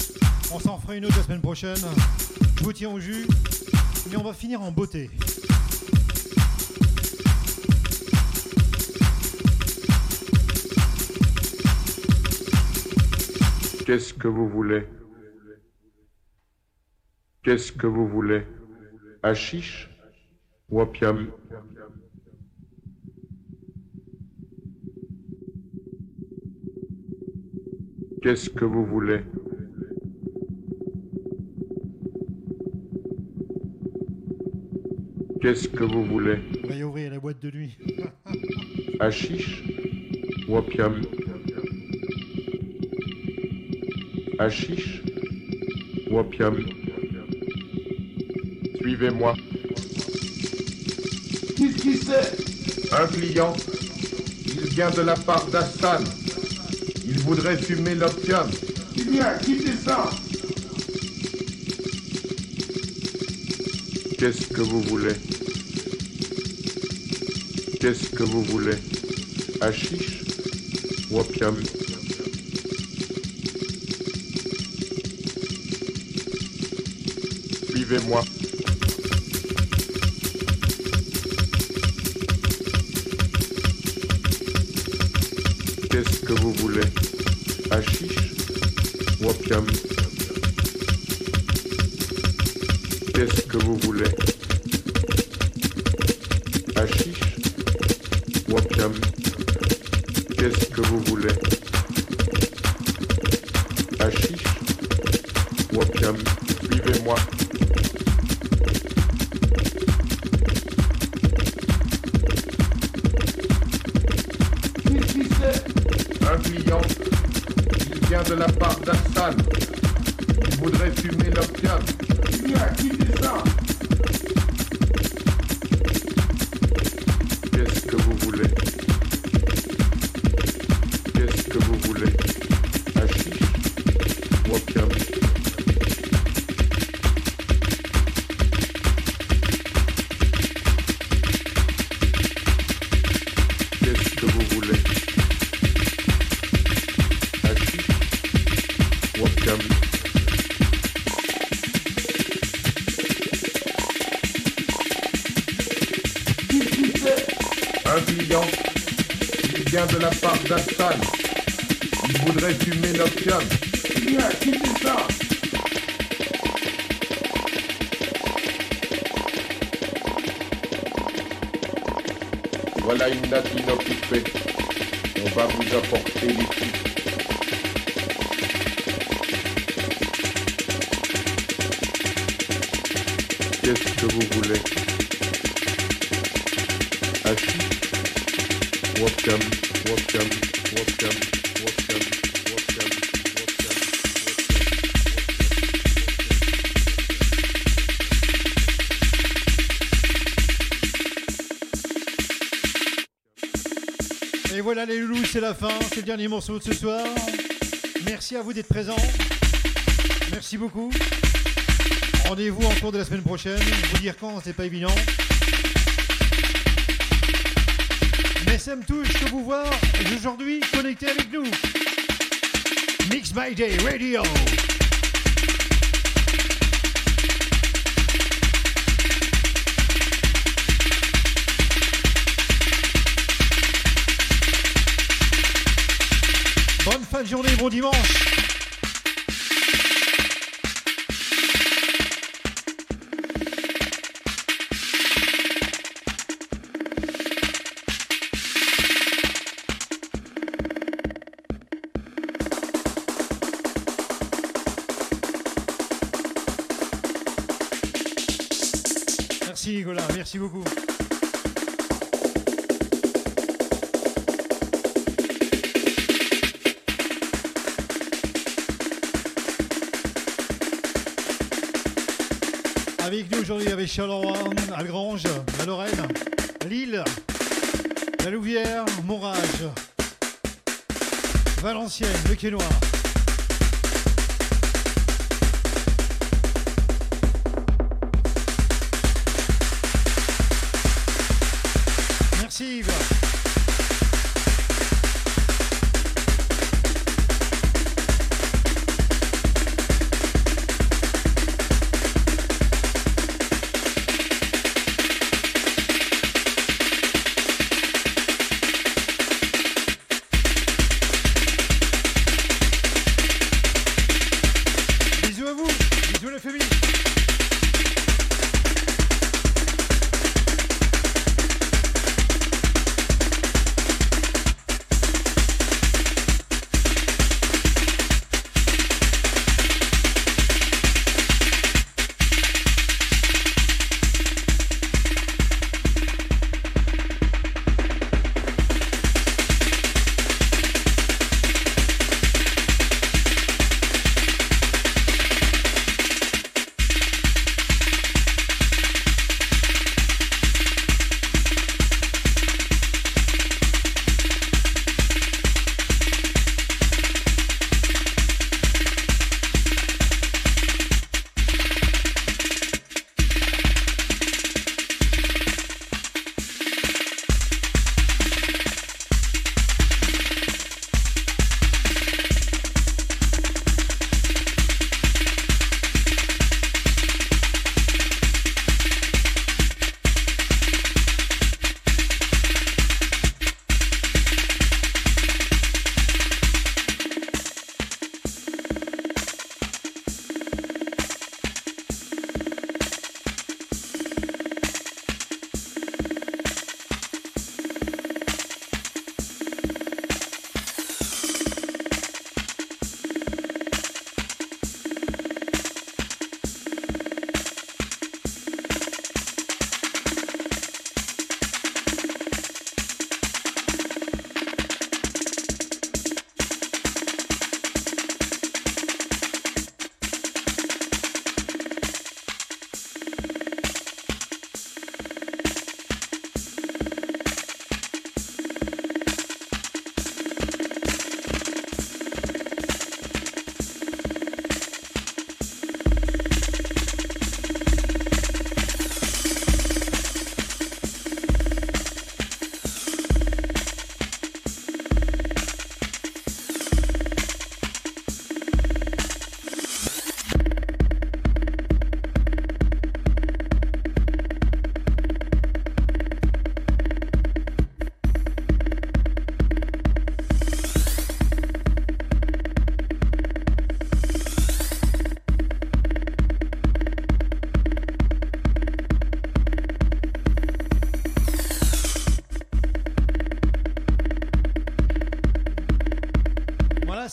On s'en fera une autre la semaine prochaine. Je vous tiens au jus. Mais on va finir en beauté. Qu'est-ce que vous voulez? Qu'est-ce que vous voulez? Hashish ou opium? Qu'est-ce que vous voulez? Qu'est-ce que vous voulez? On va y ouvrir la boîte de nuit. Hashish ou opium? Hashish ou opium? Suivez-moi. Qu'est-ce qui c'est? Un client. Il vient de la part d'Hassan. Il voudrait fumer l'opium. Eh bien, quittez ça. Qu'est-ce que vous voulez? Qu'est-ce que vous voulez? Hashish ou opium? Suivez-moi. Qu'est-ce que vous voulez? Hashish ou opium? Qu'est-ce que vous voulez? Hashish ou opium? Qu'est-ce que vous voulez? Hashish ou opium? Suivez-moi. Qu'est-ce qui c'est? Un client. Il vient de la part d'Hassan. Il voudrait fumer l'opium. Eh bien, quittez ça. Qu'est-ce que vous voulez? Qu'est-ce que vous voulez? Hashish ou opium? Qu'est-ce que vous voulez? Hashish ou opium? Qu'est-ce qui c'est? Un client. Il vient de la part d'Hassan. Il voudrait fumer l'opium. Eh bien, quittez ça. Voilà une natte inoccupée. On va vous apporter les filles. Qu'est-ce que vous voulez? Hashish ou opium? Opium, opium, opium, opium, opium. Et voilà les loulous, c'est la fin, c'est le dernier morceau de ce soir. Merci à vous d'être présents. Merci beaucoup. Rendez-vous en cours de la semaine prochaine. Vous dire quand, c'est pas évident. Mais ça me touche de vous voir aujourd'hui connecté avec nous. Mix by Day Radio. Bonne fin de journée, bon dimanche. Merci Nicolas, merci beaucoup. Avec nous aujourd'hui, avec Charleroi, Algrange, la Lorraine, Lille, la Louvière, Montrage, Valenciennes, le Quénois. Merci Yves.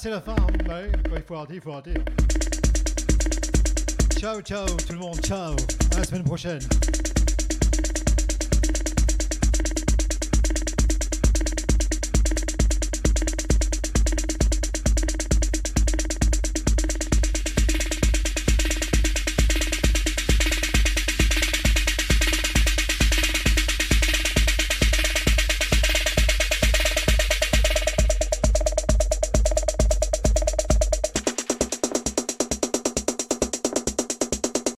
c'est la fin. Hein. Ouais, il faut arrêter, il faut arrêter. Ciao, ciao tout le monde, ciao. À la semaine prochaine.